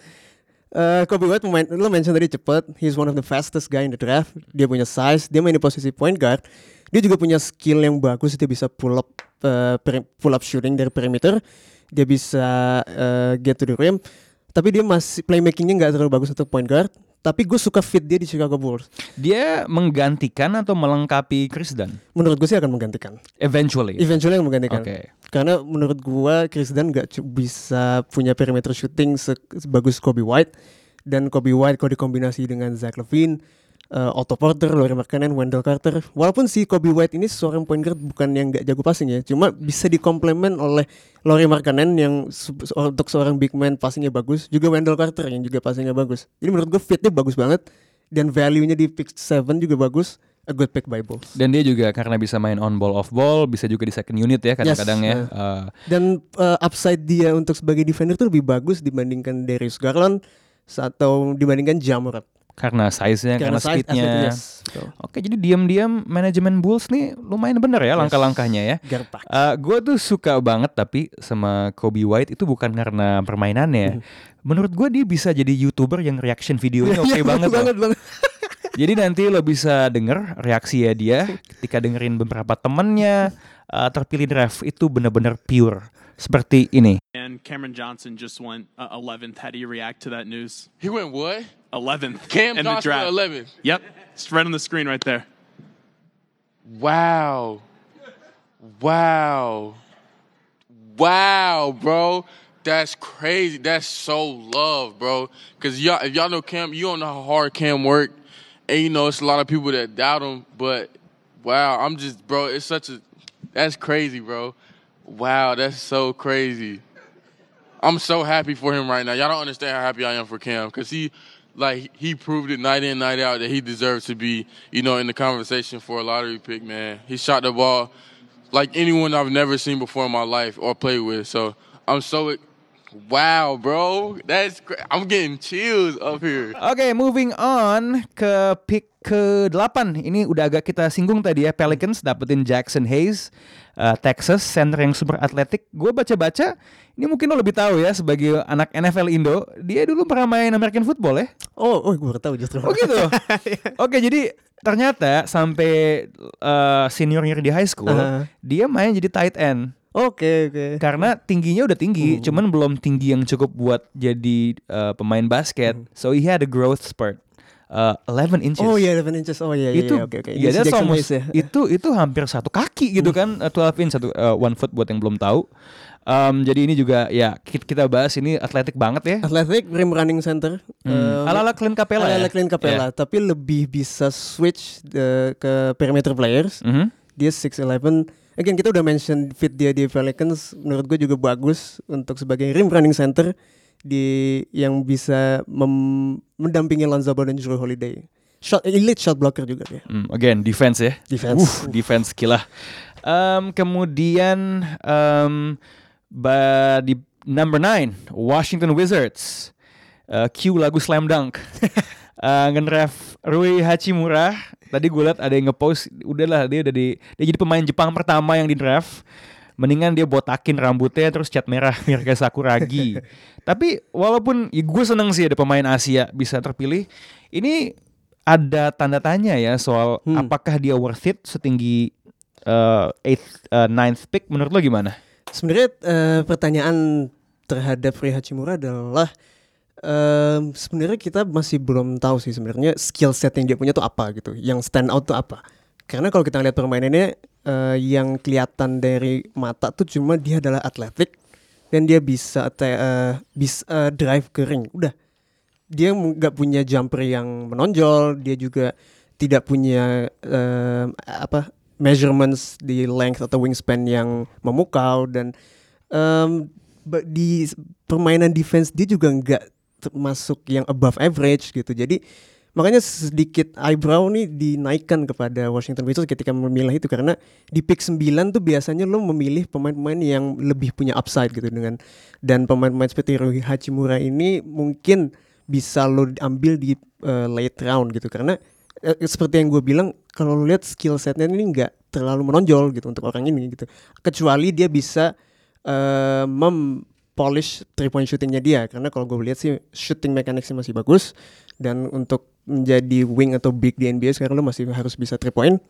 Uh, Kobe White pemain, lo mention tadi cepet. He's one of the fastest guy in the draft. Dia punya size, dia main di posisi point guard. Dia juga punya skill yang bagus. Dia bisa pull up, uh, peri- pull up shooting dari perimeter. Dia bisa uh, get to the rim. Tapi dia masih playmakingnya nggak terlalu bagus untuk point guard. Tapi gue suka fit dia di Chicago Bulls. Dia menggantikan atau melengkapi Chris Dunn? Menurut gue sih akan menggantikan. Eventually. Eventually akan menggantikan. Oke. Karena menurut gua Chris Dunn gak cu- bisa punya perimeter shooting se- sebagus Kobe White. Dan Kobe White kalau dikombinasi dengan Zach LaVine, uh, Otto Porter, Lauri Markkanen, Wendell Carter. Walaupun si Kobe White ini seorang point guard bukan yang gak jago passing ya, cuma bisa dikomplement oleh Lauri Markkanen yang su- su- untuk seorang big man passingnya bagus, juga Wendell Carter yang juga passingnya bagus. Jadi menurut gua fitnya bagus banget dan value-nya di pick seven juga bagus. A good pick by Bulls. Dan dia juga karena bisa main on ball off ball, bisa juga di second unit ya kadang-kadang Yes, ya. uh. Uh, Dan uh, upside dia untuk sebagai defender tuh lebih bagus dibandingkan Darius Garland atau dibandingkan Ja Morant. karena size-nya, karena, size, speed-nya. atletik, yes, betul. Oke, jadi diam-diam manajemen Bulls nih lumayan bener ya langkah-langkahnya ya. Gertak. Uh, gue tuh suka banget tapi sama Kobe White itu bukan karena permainannya. Menurut gue dia bisa jadi YouTuber yang reaction videonya oke Iya, banget. banget loh. banget. Jadi nanti lo bisa denger reaksi ya dia ketika dengerin beberapa temennya uh, terpilih draft itu bener-bener pure seperti ini. And Cameron Johnson just went uh, eleventh. How do you react to that news? He went what? eleventh. Cam in the Johnson draft. went eleventh. Yep. It's right on the screen right there. Wow. Wow. Wow, bro. That's crazy. That's so love, bro. Cause y'all, if y'all know Cam, you don't know how hard Cam worked, and you know it's a lot of people that doubt him. But wow, I'm just, bro. It's such a, that's crazy, bro. Wow, that's so crazy. I'm so happy for him right now. Y'all don't understand how happy I am for Cam, cause he, like, he proved it night in, night out that he deserves to be, you know, in the conversation for a lottery pick, man. He shot the ball like anyone I've never seen before in my life or played with. So I'm so Wow, bro. That's cra- I'm getting chills up here. Oke, moving on ke pick ke delapan. Ini udah agak kita singgung tadi ya. Pelicans dapetin Jackson Hayes, uh, Texas, center yang super atletik. Gue baca-baca, ini mungkin lo lebih tahu ya sebagai anak N F L Indo. Dia dulu pernah main American football ya. Oh, oh gue baru tahu justru. Oh gitu. Oke, jadi ternyata sampai uh, seniornya di high school, Uh-huh. dia main jadi tight end. Oke, oke. Karena tingginya udah tinggi, Hmm. cuman belum tinggi yang cukup buat jadi uh, pemain basket. So he had a growth spurt, uh, eleven inches. Oh iya, eleven inches. Oh iya, iya, Itu, iya, oke, oke. ya, Ini si that's Jackson almost- Hayes ya. itu itu hampir satu kaki gitu kan, uh, twelve inch satu uh, one foot buat yang belum tahu. Um, jadi ini juga ya ki- kita bahas ini atletik banget ya. Athletic rim running center. Hmm. Um, Ala-ala Clint Capella ya. ala-ala Clint Capella, tapi lebih bisa switch uh, ke perimeter players. Mhm. Dia six eleven. Again, kita udah mention fit dia di Pelicans. Menurut gue juga bagus untuk sebagai rim running center di yang bisa mem- mendampingi Lonzo Ball dan Jrue Holiday. Shot elite shot blocker juga dia. Hmm, again defense ya. Defense. Uh, defense gila. Um, kemudian um, ba- di number nine Washington Wizards. Uh, Q lagu Slam Dunk. uh, nge-ref Rui Hachimura. Tadi gue liat ada yang nge-post, udahlah dia udah di dia jadi pemain Jepang pertama yang di draft. Mendingan dia botakin rambutnya terus cat merah biar kayak Sakuragi. Tapi walaupun ya gue seneng sih ada pemain Asia bisa terpilih. Ini ada tanda tanya ya soal Hmm. apakah dia worth it setinggi uh, eighth, uh, ninth pick. Menurut lo gimana? Sebenarnya eh, pertanyaan terhadap Rui Hachimura adalah em, sebenarnya kita masih belum tahu sih sebenarnya skill set yang dia punya tuh apa gitu, yang stand out tuh apa. Karena kalau kita lihat permainannya eh, yang kelihatan dari mata tuh cuma dia adalah atletik dan dia bisa te- eh, bisa eh, drive ke ring. Udah. Dia nggak punya jumper yang menonjol, dia juga tidak punya em, apa measurements di length atau wingspan yang memukau dan em, ba- di permainan defense dia juga nggak termasuk yang above average gitu. Jadi makanya sedikit eyebrow nih dinaikkan kepada Washington Wizards ketika memilah itu, karena di pick sembilan tuh biasanya lo memilih pemain-pemain yang lebih punya upside gitu dengan, dan pemain-pemain seperti Rui Hachimura ini mungkin bisa lo ambil di uh, late round gitu, karena eh, seperti yang gue bilang kalau lo lihat skill setnya ini nggak terlalu menonjol gitu untuk orang ini gitu, kecuali dia bisa uh, mem polish three point shootingnya dia, karena kalau gue lihat sih shooting mechanicsnya masih bagus, dan untuk menjadi wing atau big di N B A sekarang lo masih harus bisa three point.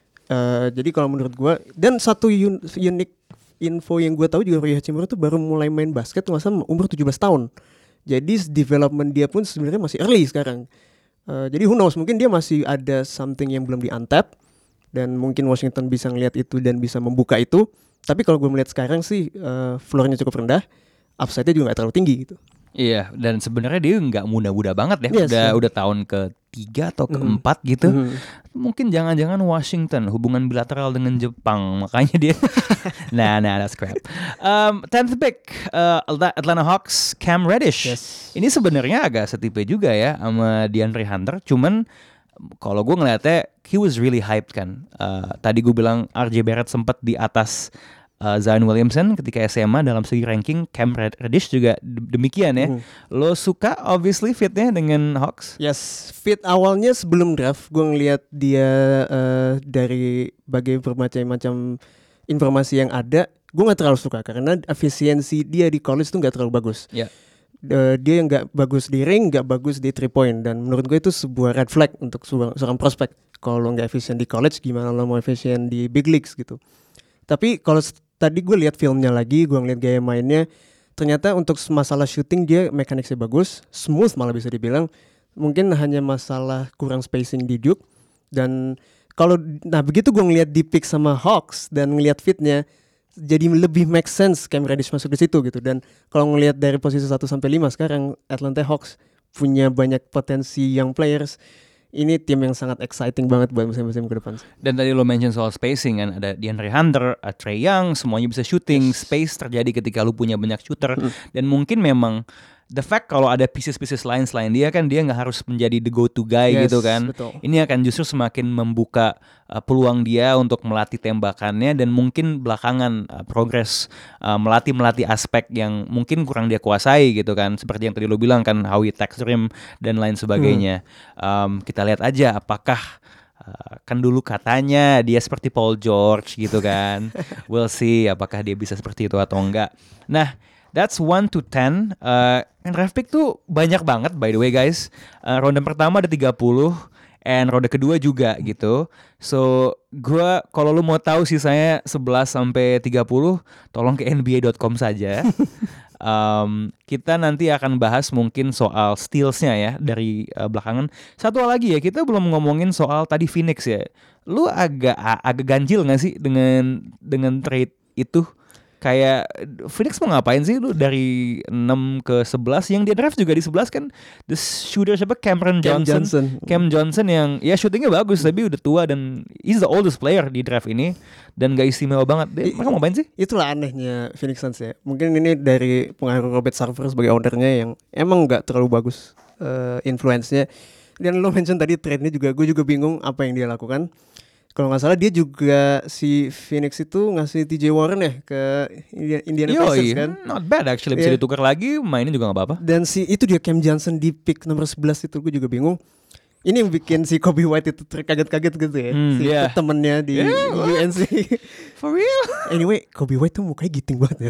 Uh, jadi kalau menurut gue, dan satu un- unik info yang gue tahu juga Rui Hachimura tuh baru mulai main basket tuh masa umur tujuh belas tahun. Jadi development dia pun sebenarnya masih early sekarang. Uh, jadi who knows, mungkin dia masih ada something yang belum di untap, dan mungkin Washington bisa ngelihat itu dan bisa membuka itu. Tapi kalau gue melihat sekarang sih uh, floornya cukup rendah, upside-nya juga nggak terlalu tinggi gitu. Iya, dan sebenarnya dia nggak muda-muda banget ya. Yes, udah yeah. udah tahun ketiga atau keempat gitu. Mhm. Mungkin jangan-jangan Washington hubungan bilateral dengan Jepang, makanya dia. nah, nah, that's crap. Um, tenth pick uh, Atlanta Hawks, Cam Reddish. Yes. Ini sebenarnya agak setipe juga ya sama DeAndre Hunter. Cuman kalau gue ngeliatnya, he was really hyped kan. Uh, tadi gue bilang R J Barrett sempat di atas uh, Zion Williamson ketika S M A dalam segi ranking. Cam Reddish juga demikian ya. Mhm. Lo suka obviously fitnya dengan Hawks? Yes, fit awalnya sebelum draft gue ngelihat dia uh, dari bagai berbagai macam informasi yang ada, gue nggak terlalu suka karena efisiensi dia di college tuh nggak terlalu bagus. Ya. Uh, dia nggak bagus di ring, nggak bagus di three point, dan menurut gue itu sebuah red flag untuk seorang, seorang prospek. Kalau lo nggak efisien di college, gimana lo mau efisien di big leagues gitu. Tapi kalau s- tadi gue lihat filmnya lagi, gue ngeliat gaya mainnya, ternyata untuk masalah shooting dia mekaniknya bagus, smooth malah bisa dibilang. Mungkin hanya masalah kurang spacing di Duke. Dan kalau nah begitu gue ngeliat di pick sama Hawks dan ngeliat fitnya, jadi lebih make sense Cam Reddish masuk di situ gitu. Dan kalau ngelihat dari posisi satu sampai lima sekarang Atlanta Hawks punya banyak potensi young players. Ini tim yang sangat exciting banget buat musim-musim ke depan. Dan tadi lo mention soal spacing kan, ada DeAndre Hunter, uh, Trae Young, semuanya bisa shooting. Space terjadi ketika lo punya banyak shooter. Dan mungkin memang the fact kalau ada pieces-pieces lain selain dia kan dia nggak harus menjadi the go-to guy Yes, gitu kan. betul. Ini akan justru semakin membuka uh, peluang dia untuk melatih tembakannya dan mungkin belakangan uh, progres uh, melatih-melatih aspek yang mungkin kurang dia kuasai gitu kan. Seperti yang tadi lo bilang kan, how he takes rim dan lain sebagainya. Um, kita lihat aja apakah Uh, kan dulu katanya dia seperti Paul George gitu kan. We'll see apakah dia bisa seperti itu atau enggak. Nah, that's one to ten. Uh, draft pick tuh banyak banget by the way guys. Uh, ronde pertama ada tiga puluh and ronde kedua juga gitu. So, gua kalau lu mau tahu sisanya sebelas sampai tiga puluh, tolong ke N B A dot com saja. Um, kita nanti akan bahas mungkin soal steals-nya ya dari uh, belakangan. Satu hal lagi ya, kita belum ngomongin soal tadi Phoenix ya. Lu agak agak ganjil nggak sih dengan dengan trade itu? Kayak Phoenix mau ngapain sih lu dari enam ke sebelas, yang dia draft juga di sebelas kan the shooter siapa Cameron Cam Johnson. Johnson. Cam Johnson yang ya shootingnya bagus tapi udah tua dan he's the oldest player di draft ini dan gak istimewa banget. Dia, mereka mau ngapain sih? Itulah anehnya Phoenix Suns ya. Mungkin ini dari pengaruh Robert Sarver sebagai ownernya yang emang nggak terlalu bagus uh, influence-nya. Dan lo mention tadi trade-nya juga, gue juga bingung apa yang dia lakukan. Kalau nggak salah dia juga si Phoenix itu ngasih T J Warren ya ke Indiana Pacers kan. Not bad actually, bisa Yeah. ditukar lagi, mainin juga nggak apa-apa. Dan si itu dia Cam Johnson di pick nomor sebelas itu gue juga bingung. Ini yang bikin si Kobe White itu terkaget-kaget gitu ya. Hmm, si yeah. temennya di Yeah, U N C. For real? Anyway, Kobe White tuh mukanya giting banget ya.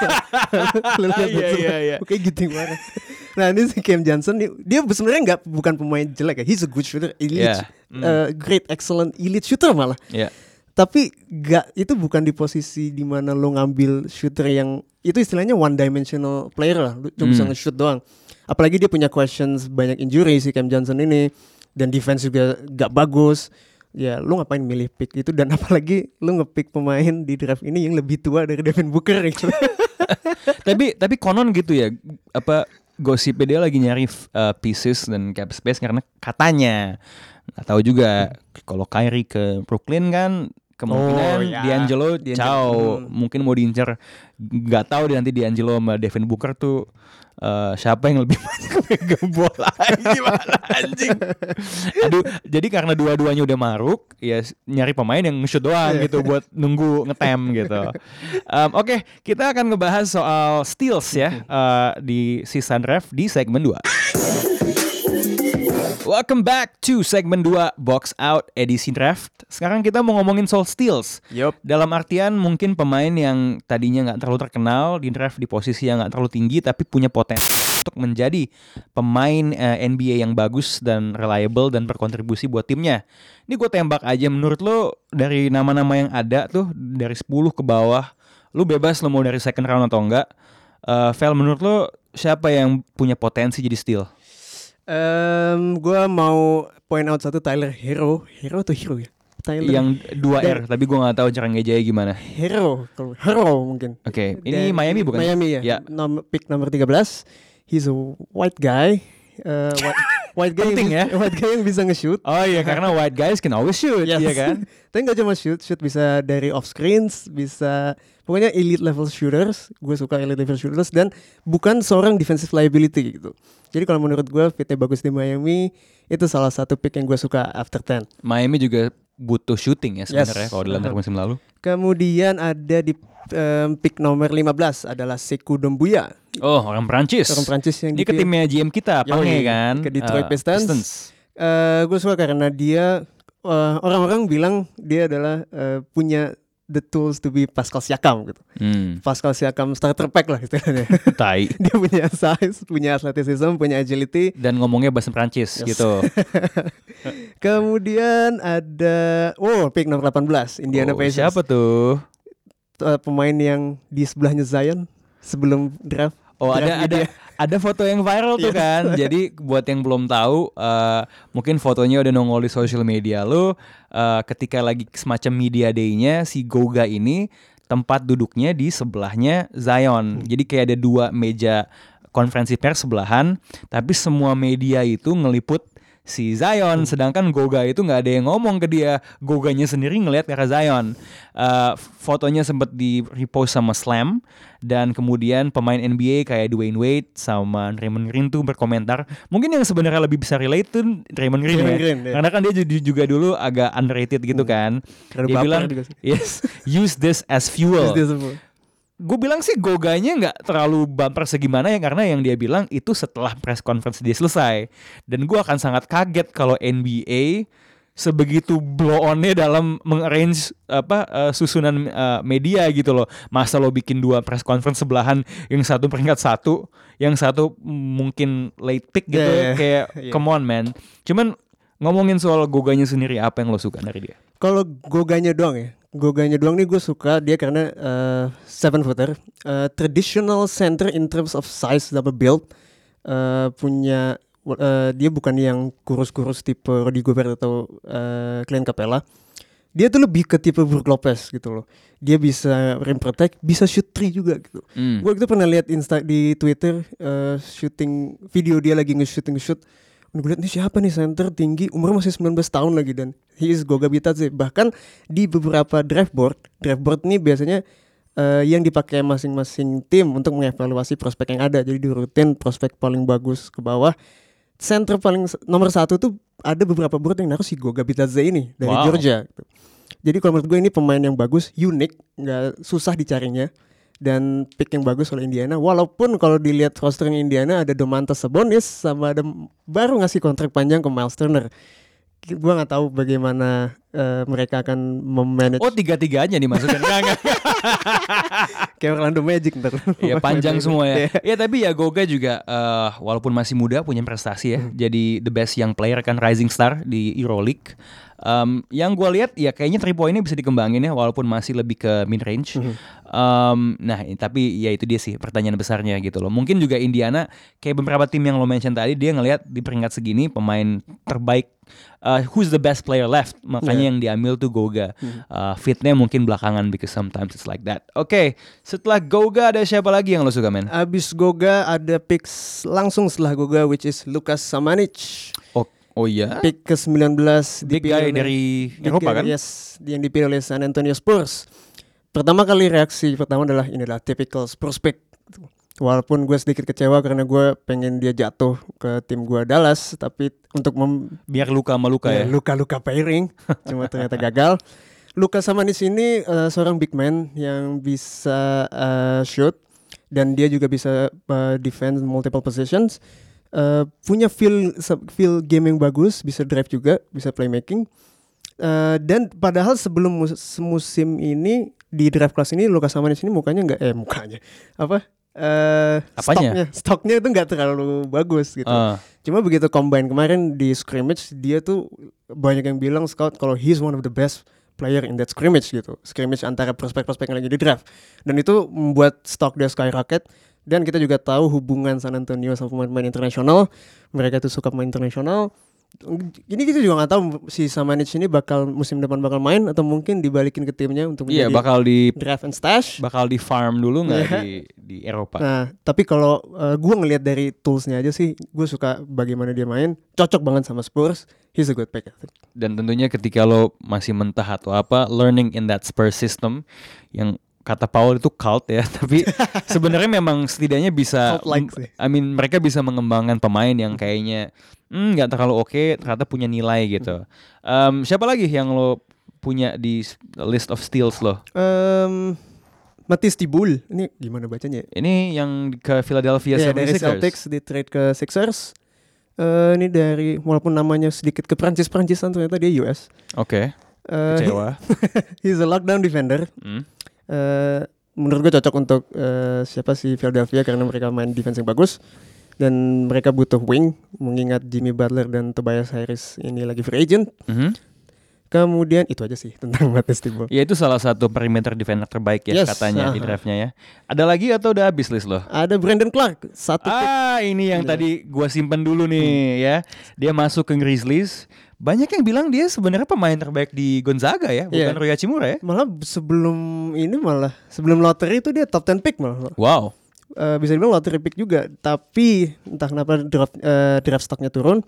Lu lihat Iya, betul, iya, iya. mukanya giting banget. Nah ini si Cam Johnson dia, dia sebenarnya nggak bukan pemain jelek ya. He's a good shooter, elite, Yeah. Mm. uh, great, excellent, elite shooter malah. Ya. Tapi gak, itu bukan di posisi dimana lo ngambil shooter yang itu istilahnya one dimensional player lah, lo cuma bisa Hmm. nge-shoot doang. Apalagi dia punya questions, banyak injury si Cam Johnson ini, dan defense juga gak bagus. Ya lo ngapain milih pick itu, dan apalagi lo nge-pick pemain di draft ini yang lebih tua dari Devin Booker gitu. tapi tapi konon gitu ya, apa gosipnya dia lagi nyari uh, pieces dan cap space karena katanya nggak tahu juga kalau Kyrie ke Brooklyn kan kemungkinan Oh, ya. D'Angelo D'Angelo, ciao hmm. mungkin mau diincar, nggak tahu deh nanti D'Angelo sama Devin Booker tuh uh, siapa yang lebih banyak megang bola gimana anjing. Aduh, jadi karena dua-duanya udah maruk ya nyari pemain yang nge-shoot doang gitu buat nunggu ngetem gitu. Um, Oke, kita akan ngebahas soal steals ya uh, di season draft di segmen dua. Welcome back to segmen dua Box Out edisi draft. Sekarang kita mau ngomongin soal steals. Yup. Dalam artian mungkin pemain yang tadinya gak terlalu terkenal di draft di posisi yang gak terlalu tinggi tapi punya potensi untuk menjadi pemain uh, N B A yang bagus dan reliable dan berkontribusi buat timnya. Ini gue tembak aja, menurut lo dari nama-nama yang ada tuh dari sepuluh ke bawah, lo bebas lo mau dari second round atau enggak. uh, Vel, menurut lo siapa yang punya potensi jadi steal? Um, gue mau point out satu, Tyler Hero. Hero atau Hero ya? Tyler Yang dua R, tapi gue gak tahu cara ngejaya gimana. Hero, kalau Hero mungkin. Oke, ini Dan- Miami bukan? Miami ya. Ya. Nom- pick nomor tiga belas. He's a white guy. Uh, white, white guy Penting yang, ya. White guy yang bisa nge-shoot. Oh iya, karena white guys can always shoot, Yes. iya kan? Tapi gak cuma shoot, shoot bisa dari off screens, bisa pokoknya elite level shooters. Gue suka elite level shooters dan bukan seorang defensive liability gitu. Jadi kalau menurut gue fitnya bagus di Miami, itu salah satu pick yang gue suka after ten. Miami juga butuh shooting ya sebenarnya Yes. kalau dilantar musim lalu. Kemudian ada di um, pick nomor lima belas adalah Sekou Doumbouya. Oh, orang Prancis. Orang Prancis yang Ini ke dipilih. timnya G M kita, Yoi, Pange kan? ke Detroit Uh, Pistons. Uh, gue suka karena dia uh, orang-orang bilang dia adalah uh, punya the tools to be Pascal Siakam gitu. Hmm, Pascal Siakam starter pack lah istilahnya. tai. Dia punya size, punya athleticism, punya agility. Dan ngomongnya bahasa Prancis Yes. gitu. Kemudian ada oh pick nomor delapan belas Indiana Oh, Pacers. siapa tuh? Uh, pemain yang di sebelahnya Zion sebelum draft. Oh, ada Draft ada dia. ada foto yang viral tuh Yes. kan. Jadi buat yang belum tahu, uh, mungkin fotonya udah nongol di social media lu. Uh, ketika lagi semacam media day-nya si Goga ini tempat duduknya di sebelahnya Zion. Hmm. Jadi kayak ada dua meja konferensi pers sebelahan, tapi semua media itu ngeliput si Zion, sedangkan Goga itu nggak ada yang ngomong ke dia. Goganya sendiri ngelihat ke arah Zion. Uh, fotonya sempat di repost sama Slam, dan kemudian pemain N B A kayak Dwayne Wade sama Draymond Green tuh berkomentar. Mungkin yang sebenarnya lebih bisa relate tuh Draymond Green, Draymond ya. Green, ya. Karena kan dia juga, juga dulu agak underrated gitu kan. Terlalu Dia baper bilang, juga sih. yes, use this as fuel. Terus dia semua. Gue bilang sih Goganya nggak terlalu bumper segimana ya, karena yang dia bilang itu setelah press conference dia selesai. Dan gue akan sangat kaget kalau N B A sebegitu blow on-nya dalam mengarrange apa uh, susunan uh, media gitu loh. Masa lo bikin dua press conference sebelahan, yang satu peringkat satu, yang satu mungkin late pick gitu, Yeah, yeah. kayak Yeah. come on man. Cuman ngomongin soal Goganya sendiri, apa yang lo suka dari dia? Kalau Goganya doang ya, Goganya doang nih gue suka dia karena uh, seven footer, uh, traditional center in terms of size double build, uh, punya uh, dia bukan yang kurus-kurus tipe Rudy Gobert atau uh, Clint Capella. Dia tuh lebih ke tipe Brook Lopez gitu loh. Dia bisa rim protect, bisa shoot three juga gitu. Hmm. Gue itu pernah lihat insta di Twitter uh, shooting video dia lagi nge-shooting shoot. Gue lihat nih siapa nih center tinggi, umurnya masih sembilan belas tahun lagi, dan he is Goga Bitadze. Bahkan di beberapa draft board, draft board ini biasanya uh, yang dipakai masing-masing tim untuk mengevaluasi prospek yang ada. Jadi diurutin prospek paling bagus ke bawah. Center paling nomor satu tuh ada beberapa board yang naruh si Goga Bitadze ini dari Wow. Georgia. Jadi kalau menurut gue ini pemain yang bagus, unik, nggak susah dicarinya. Dan pick yang bagus oleh Indiana. Walaupun kalau dilihat rosternya Indiana ada Domantas Sabonis sama ada baru ngasih kontrak panjang ke Miles Turner. Gua nggak tahu bagaimana uh, mereka akan memanage. Oh, tiga-tiganya dimasukin. Enggak, enggak. Kayak Orlando Magic ntar. Iya, panjang semua ya. Iya. Iya, tapi ya Goga juga uh, walaupun masih muda punya prestasi ya. Jadi the best young player kan, rising star di EuroLeague. Um, yang gue lihat ya kayaknya three point-nya bisa dikembangin ya, walaupun masih lebih ke mid range. Um, nah tapi ya itu dia sih pertanyaan besarnya gitu loh. Mungkin juga Indiana kayak beberapa tim yang lo mention tadi, dia ngelihat di peringkat segini pemain terbaik, uh, who's the best player left, makanya Yeah. yang diambil tuh Goga. Uh, fitnya mungkin belakangan, because sometimes it's like that. Oke, okay, setelah Goga ada siapa lagi yang lo suka, men? Abis Goga ada picks langsung setelah Goga, which is Lukas Samanic. Oh, oh iya. Pick ke sembilan belas Big dipilih guy oleh- dari Big Eropa guy, kan? Yes, yang dipilih oleh San Antonio Spurs. Pertama kali reaksi pertama adalah ini adalah typical Spurs pick. Walaupun gue sedikit kecewa karena gue pengen dia jatuh ke tim gue Dallas, tapi untuk mem Biar luka sama luka ya. ya, luka-luka pairing, cuma ternyata gagal. Lukas Samanic ini uh, seorang big man yang bisa uh, shoot, dan dia juga bisa uh, defend multiple positions. Uh, punya feel feel game yang bagus, bisa drive juga, bisa playmaking. Uh, dan padahal sebelum mus- musim ini di draft class ini Lukas Samanic ini mukanya nggak eh mukanya apa uh, Apanya? stoknya stoknya itu nggak terlalu bagus gitu. Uh. Cuma begitu combine kemarin di scrimmage, dia tuh banyak yang bilang scout kalau he's one of the best player in that scrimmage gitu. Scrimmage antara prospek-prospek yang lagi di draft. Dan itu membuat stock dia skyrocket. Dan kita juga tahu hubungan San Antonio sama pemain-pemain internasional. Mereka tuh suka pemain internasional. Ini kita juga gak tahu si Samanic ini bakal musim depan bakal main atau mungkin dibalikin ke timnya untuk Iya, menjadi bakal di draft and stash. bakal di farm dulu nggak Iya. di di Eropa. Nah, tapi kalau uh, gue ngelihat dari toolsnya aja sih, gue suka bagaimana dia main, cocok banget sama Spurs. He's a good pick, I think. Dan tentunya ketika lo masih mentah atau apa, learning in that Spurs system, yang kata Paul itu cult ya, tapi sebenarnya memang setidaknya bisa, Cult-like sih. I mean mereka bisa mengembangkan pemain yang kayaknya hmm, nggak terlalu oke, ternyata punya nilai gitu. Um, siapa lagi yang lo punya di list of steals lo? Um, Matisse Thybulle, ini gimana bacanya? Ini yang ke Philadelphia Ya, dari seventy-sixers. Celtics di trade ke Sixers. Uh, ini dari walaupun namanya sedikit ke Prancis-Prancisan, ternyata dia U S. Oke, Uh, kecewa. He's a lockdown defender. Hmm. Uh, menurut gue cocok untuk uh, siapa sih Philadelphia karena mereka main defense yang bagus dan mereka butuh wing, mengingat Jimmy Butler dan Tobias Harris ini lagi free agent. Mhm. Kemudian itu aja sih tentang Matisse Thybulle. Ya itu salah satu perimeter defender terbaik ya Yes, katanya di aha. draftnya ya. Ada lagi atau udah habis list lo? Ada Brandon Clark, satu pick. Ah, ini yang Iya. tadi gua simpen dulu nih ya. Dia masuk ke Grizzlies. Banyak yang bilang dia sebenarnya pemain terbaik di Gonzaga ya, bukan Iya. Rui Hachimura ya. Malah sebelum ini malah sebelum lottery itu dia top ten pick malah. Wow. Eh, bisa dibilang lottery pick juga, tapi entah kenapa draft eh, draft stocknya turun.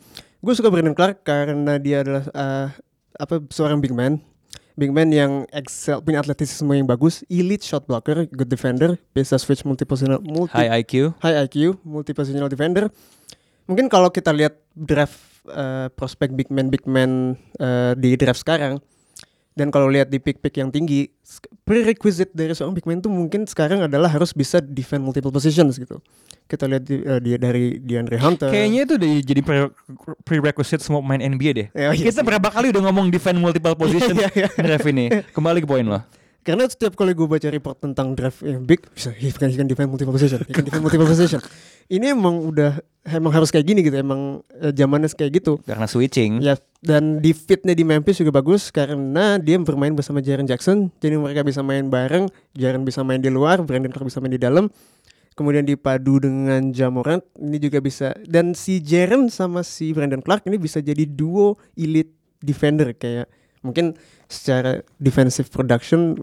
Gue suka Brandon Clark karena dia adalah uh, apa seorang big man, big man yang excel, punya atletisme yang bagus, elite shot blocker, good defender, bisa switch multi positional, multi High I Q. high I Q, multi positional defender. Mungkin kalau kita lihat draft uh, prospek big man big man uh, di draft sekarang, dan kalau lihat di pick-pick yang tinggi, prerequisite dari seorang big man itu mungkin sekarang adalah harus bisa defend multiple positions gitu. Kita lihat di, uh, dia dari DeAndre Hunter. Kayaknya itu udah jadi pre- prerequisite semua pemain N B A deh. Ya, iya Kita sih. berapa kali udah ngomong defend multiple position Iya, iya. draft ini. Kembali ke poin lo. Karena setiap kali gue baca report tentang draft yang big, bisa he can, he can defend multiple position, he can defend multiple position. Ini emang udah emang harus kayak gini gitu, emang uh, zamannya kayak gitu. Karena switching. Ya, dan di fitnya di Memphis juga bagus karena dia bermain bersama Jaren Jackson, jadi mereka bisa main bareng. Jaren bisa main di luar, Brandon Clark bisa main di dalam. Kemudian dipadu dengan Ja Morant, ini juga bisa. Dan si Jaren sama si Brandon Clark ini bisa jadi duo elite defender, kayak mungkin secara defensive production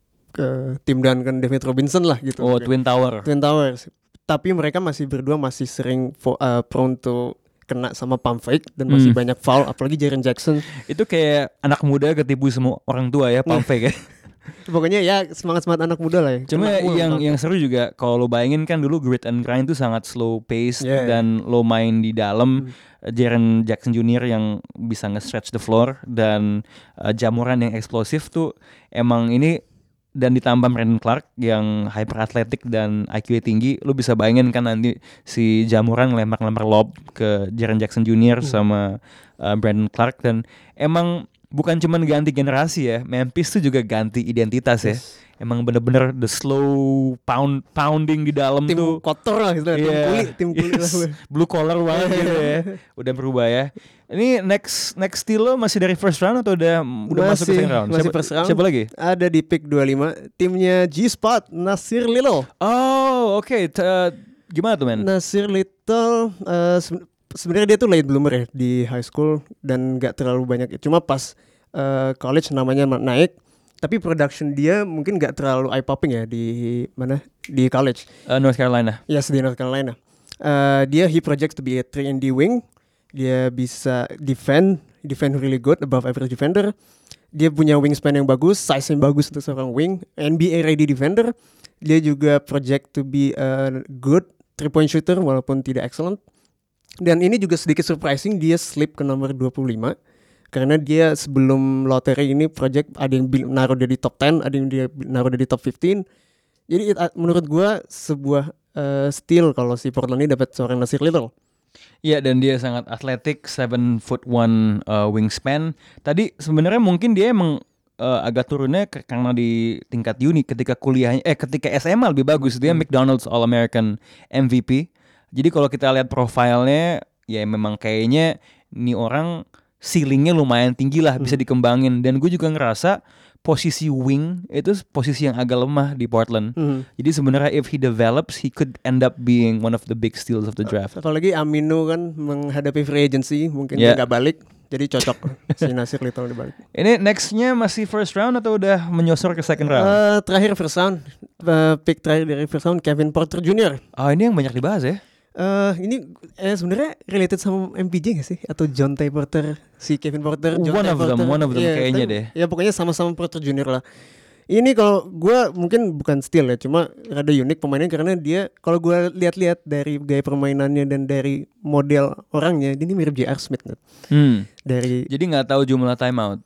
ke tim Duncan David Robinson lah gitu. Oh, Mungkin. Twin Tower. Twin Towers. Tapi mereka masih berdua masih sering fo- uh, prone to kena sama pump fake dan masih Hmm. banyak foul, apalagi Jaren Jackson. Itu kayak anak muda ketipu semua orang tua ya, pump fake ya. Pokoknya ya semangat-semangat anak muda lah ya. Cuma Kena mulu yang nonton. yang seru juga kalau lo bayangin kan dulu grit and grind tuh sangat slow pace Yeah. dan lo main di dalam. Hmm. Jaren Jackson Junior yang bisa nge-stretch the floor dan uh, Ja Morant yang eksplosif tuh emang ini, dan ditambah Brandon Clark yang hyper atletik dan I Q tinggi, lu bisa bayangin kan nanti si Ja Morant ngelempar-ngelempar lob ke Jaren Jackson Junior Hmm. sama uh, Brandon Clark. Dan emang bukan cuma ganti generasi ya, Memphis tuh juga ganti identitas ya. Emang bener-bener the slow pound pounding di dalam tim tuh. kotor lah gitu, tim Iya. kuli, tim kuli Yes. lah. Blue collar banget gitu ya. Udah berubah ya. Ini next next steal lo masih dari first round atau udah udah masuk ke Masih- second round? masih siapa, first round. siapa lagi? Ada di pick dua puluh lima timnya G-Spot, Nasir Little. Oh, oke. T- uh, gimana tuh, men? Nasir Little uh, se- sebenarnya dia tuh late bloomer ya di high school dan gak terlalu banyak. Cuma pas uh, college namanya ma- naik, tapi production dia mungkin gak terlalu eye popping ya di mana di college. Uh, North Carolina. Yes, di North Carolina. Uh, dia he projects to be a three and D wing. Dia bisa defend, defend really good, above average defender. Dia punya wingspan yang bagus, size yang bagus untuk seorang wing, N B A ready defender. Dia juga project to be a good three point shooter walaupun tidak excellent. Dan ini juga sedikit surprising, dia slip ke nomor dua puluh lima. Karena dia sebelum lottery ini project ada yang bil- naruh dia di top sepuluh, ada yang dia naruh dia di top lima belas. Jadi it, menurut gua sebuah uh, steal kalau si Portland ini dapat seorang Nasir Little. Iya, dan dia sangat atletik, seven foot one uh, wingspan. Tadi sebenarnya mungkin dia emang uh, agak turunnya ke- karena di tingkat uni ketika kuliahnya eh ketika S M A lebih bagus. Dia McDonald's All American M V P. Jadi kalau kita lihat profilnya ya memang kayaknya ini orang ceilingnya lumayan tinggi lah, bisa dikembangin. Dan gue juga ngerasa posisi wing itu posisi yang agak lemah di Portland. Hmm. Jadi sebenarnya if he develops, he could end up being one of the big steals of the draft. Apalagi Aminu kan menghadapi free agency, mungkin Yeah. dia nggak balik, jadi cocok si Nasir Little dibalik. Ini nextnya masih first round atau udah menyosor ke second round? Eh, terakhir first round, eh, pick terakhir dari first round Kevin Porter Junior Oh, ini yang banyak dibahas ya. Eh ini eh, sebenarnya related sama M P J gak sih? Atau John T. Porter, si Kevin Porter, John One T. of them, Porter. one of them Iya, kayaknya tapi- deh. Ya pokoknya sama-sama Porter Junior lah. Ini kalau gue mungkin bukan steal ya, cuma rada unik pemainnya karena dia kalau gue lihat-lihat dari gaya permainannya dan dari model orangnya, dia ini mirip J R. Smith nih. Hmm. Dari Jadi nggak tahu jumlah timeout.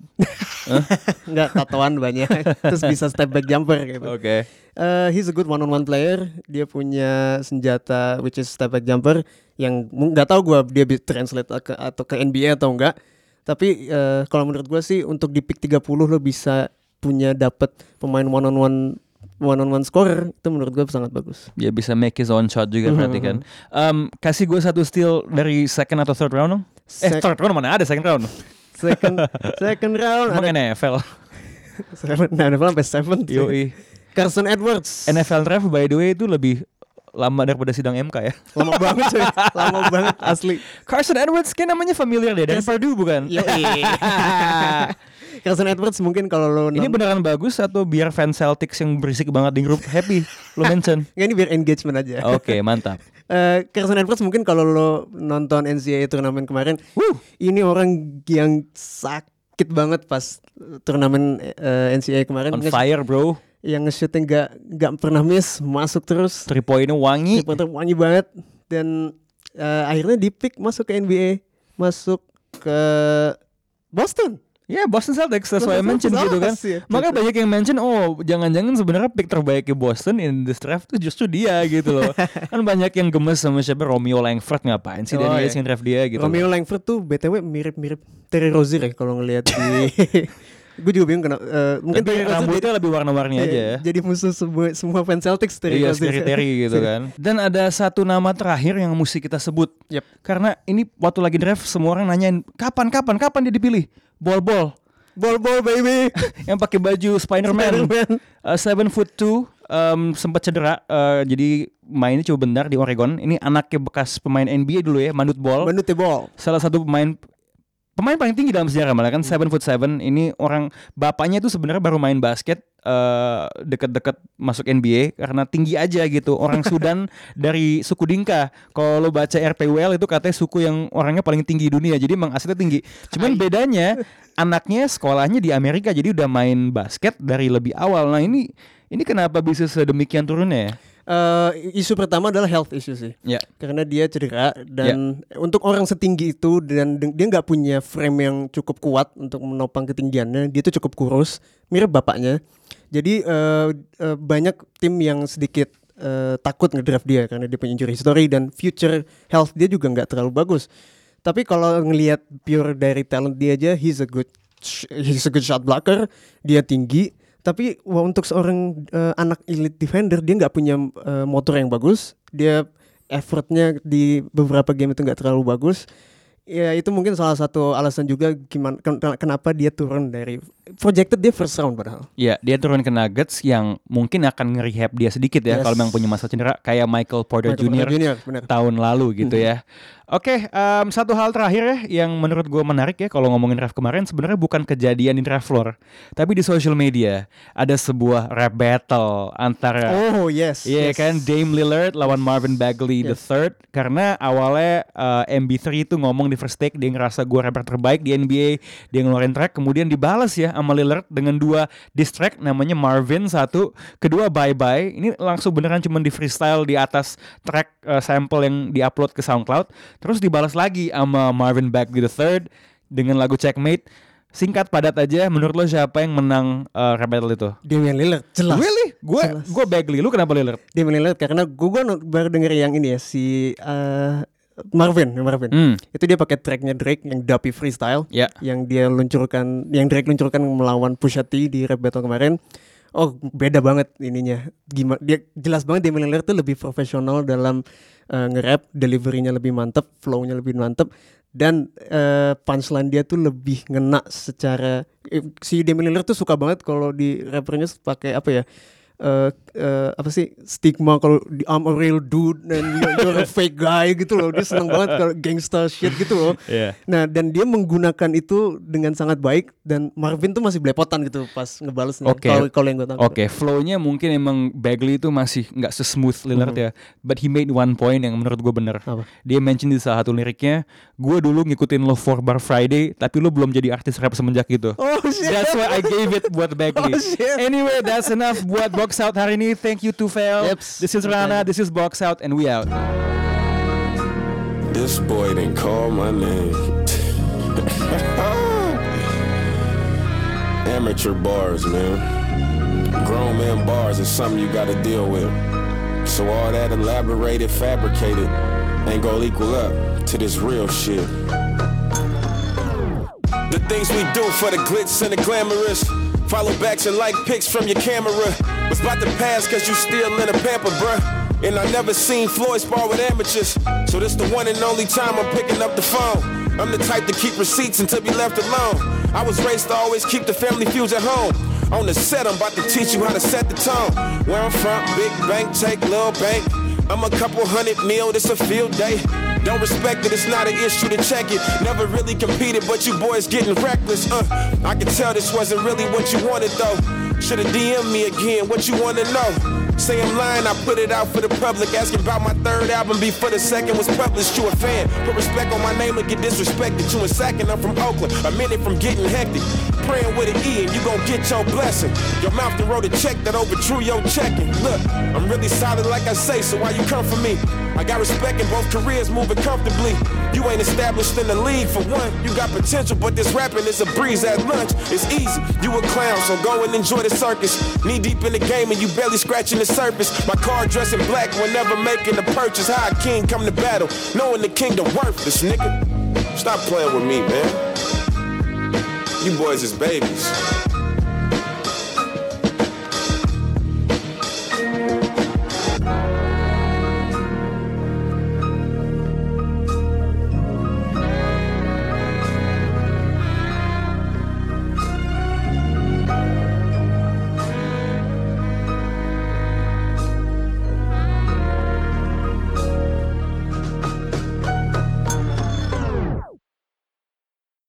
nggak tatoan banyak, terus bisa step back jumper gitu. Oke. Uh, he's a good one-on-one player. Dia punya senjata which is step back jumper yang mu- nggak tahu gue dia bisa translate ke atau ke N B A atau enggak. Tapi uh, kalau menurut gue sih untuk di pick tiga puluh lo bisa punya dapat pemain one-on-one one-on-one scorer, itu menurut gue sangat bagus. Dia bisa make his own shot juga berarti kan. Um, kasih gue satu steal dari second atau third round dong. Eh Sec- third round mana ada second round? Second second round Emang ada N F L. seven, nah, N F L sampai seven. Yoi. Carson Edwards. N F L draft by the way itu lebih lama daripada sidang M K ya. Lama banget coy. Lama banget asli. Carson Edwards kayak namanya familiar deh, dari Yes. Purdue bukan? Yoi. Carson Edwards mungkin kalau lo Ini non- beneran bagus atau biar fans Celtics yang berisik banget di grup happy lo mention? Nggak, ini biar engagement aja. Oke, mantap. uh, Carson Edwards mungkin kalau lo nonton N C A A turnamen kemarin, wuh, ini orang yang sakit banget pas turnamen uh, N C A A kemarin. On fire bro. Yang nge-shootnya gak, gak pernah miss, masuk terus. Three point-nya wangi. Three point wangi banget. Dan uh, akhirnya di pick masuk ke N B A, masuk ke Boston. Ya yeah, Boston Celtics, that's why I mention Boston gitu kan. ya. Makanya banyak yang mention, oh jangan-jangan sebenarnya pick terbaiknya Boston in this draft tuh justru dia gitu loh. Kan banyak yang gemes sama siapa, Romeo Langford, ngapain sih Oh, Danny iya. Ainge yang draft dia gitu. Romeo Langford tuh B T W mirip-mirip Terry Rozier ya kalau ngelihat di gue juga bingung kenapa uh, mungkin Tapi rambutnya lebih warna-warni jadi, aja ya. Jadi musuh semua semua fans Celtics Terry Iya, Rozier. Scary Terry gitu kan. Dan ada satu nama terakhir yang mesti kita sebut. Yep. Karena ini waktu lagi draft semua orang nanyain kapan kapan kapan dia dipilih. Bol-bol. Ball-ball baby. Yang pakai baju Spider-Man. Spider-Man. Uh, seven foot two, um, sempat cedera, uh, jadi mainnya coba bentar di Oregon. Ini anaknya bekas pemain N B A dulu ya, Manute Ball. Manute Ball. Salah satu pemain pemain paling tinggi dalam sejarah malah kan, seven foot seven. Ini orang bapaknya tuh sebenarnya baru main basket uh, deket-deket masuk N B A karena tinggi aja gitu. Orang Sudan dari suku Dinka. Kalau lo baca R P W L itu katanya suku yang orangnya paling tinggi di dunia. Jadi emang asetnya tinggi. Cuman bedanya anaknya sekolahnya di Amerika, jadi udah main basket dari lebih awal. Nah ini ini kenapa bisa sedemikian turunnya ya? Uh, isu pertama adalah health issue sih. Ya. Karena dia cedera dan untuk orang setinggi itu dan dia nggak punya frame yang cukup kuat untuk menopang ketinggiannya. Dia tuh cukup kurus, mirip bapaknya. Jadi uh, uh, banyak tim yang sedikit uh, takut ngedraft dia karena dia punya injury history dan future health dia juga nggak terlalu bagus. Tapi kalau ngelihat pure dari talent dia aja, he's a good he's a good shot blocker. Dia tinggi. Tapi wah, untuk seorang uh, anak elite defender dia nggak punya uh, motor yang bagus, dia effortnya di beberapa game itu nggak terlalu bagus. Ya itu mungkin salah satu alasan juga gimana ken- kenapa dia turun dari projected dia first round padahal. Ya, dia turun ke Nuggets yang mungkin akan nge-rehab dia sedikit ya, Yes. kalau memang punya masa cedera kayak Michael Porter Michael Junior, Porter Junior, benar. tahun lalu gitu ya. Oke, um, satu hal terakhir ya yang menurut gue menarik ya kalau ngomongin draft kemarin, sebenarnya bukan kejadian di draft floor, tapi di social media ada sebuah rap battle antara Oh yes. Iya yes. kan, Dame Lillard lawan Marvin Bagley the Yes. third. Karena awalnya uh, M B three itu ngomong di first take dia ngerasa gue rapper terbaik di N B A, dia ngeluarin track, kemudian dibalas ya sama Lillard dengan dua diss track, namanya Marvin satu, kedua Bye Bye. Ini langsung beneran cuma di freestyle di atas track uh, sample yang diupload ke SoundCloud, terus dibalas lagi sama Marvin Bagley the third dengan lagu Checkmate. Singkat padat aja, menurut lo siapa yang menang uh, rap battle itu? Damian Lillard jelas. Really? Gue Jelas. gue Bagley, lu kenapa Lillard? Damian Lillard karena gue gue baru denger yang ini ya si uh, Marvin, Marvin. Hmm. Itu dia pakai tracknya Drake yang Duppy Freestyle, Ya. yang dia luncurkan, yang Drake luncurkan melawan Pusha T di rap battle kemarin. Oh beda banget ininya. Gimana? Dia jelas banget Damian Lillard tuh lebih profesional dalam uh, nge-rap, deliverynya lebih mantep, flownya lebih mantep, dan uh, punchline dia tuh lebih ngena secara. Eh, si Damian Lillard tuh suka banget kalau di rappernya pakai apa ya? Uh, uh, apa sih stigma kalau di I'm a real dude dan you're a fake guy gitu loh. Dia seneng banget kalau gangsta shit gitu loh. Yeah. Nah dan dia menggunakan itu dengan sangat baik dan Marvin tuh masih belepotan gitu pas ngebalesnya. Oke. Kalau kalau yang gue tangkap. Oke, flow-nya mungkin emang Bagley itu masih nggak sesmooth Lillard ya. But he made one point yang menurut gue bener. Apa? Dia mention di salah satu liriknya, gue dulu ngikutin lo four bar Friday, tapi lo belum jadi artis rap semenjak itu. Oh shit. That's why I gave it buat Bagley. Oh, shit. Anyway, that's enough buat Box Out hari ini. Thank you to Fel. Yeps. This is Rana, this is Box Out, and we out. This boy didn't call my name. Amateur bars, man. Grown man bars is something you gotta deal with. So all that elaborated, fabricated ain't gonna equal up to this real shit. The things we do for the glitz and the glamorous. Follow backs and like pics from your camera. Was about to pass cause you still in a pamper, bruh. And I never seen Floyd spar with amateurs. So this the one and only time I'm picking up the phone. I'm the type to keep receipts until be left alone. I was raised to always keep the family feuds at home. On the set I'm about to teach you how to set the tone. Where I'm from, big bank, take little bank. I'm a couple hundred mil, this a field day. Don't respect it, it's not an issue to check it. Never really competed, but you boys getting reckless. Uh, I could tell this wasn't really what you wanted though. Should've D M'd me again, what you wanna know? Say I'm lying, I put it out for the public. Asking about my third album before the second was published. You a fan, put respect on my name or get disrespected. You in Sacking, I'm from Oakland, a minute from getting hectic. Praying with an E and you gon' get your blessing. Your mouth done wrote a check that overdrew your checking. Look, I'm really solid like I say, so why you come for me? I got respect in both careers, moving comfortably. You ain't established in the league for one. You got potential, but this rapping is a breeze at lunch. It's easy, you a clown, so go and enjoy the circus. Knee deep in the game and you barely scratching the surface. My car dressing black whenever making a purchase. How a king come to battle, knowing the kingdom worthless, nigga. Stop playing with me, man. You boys is babies.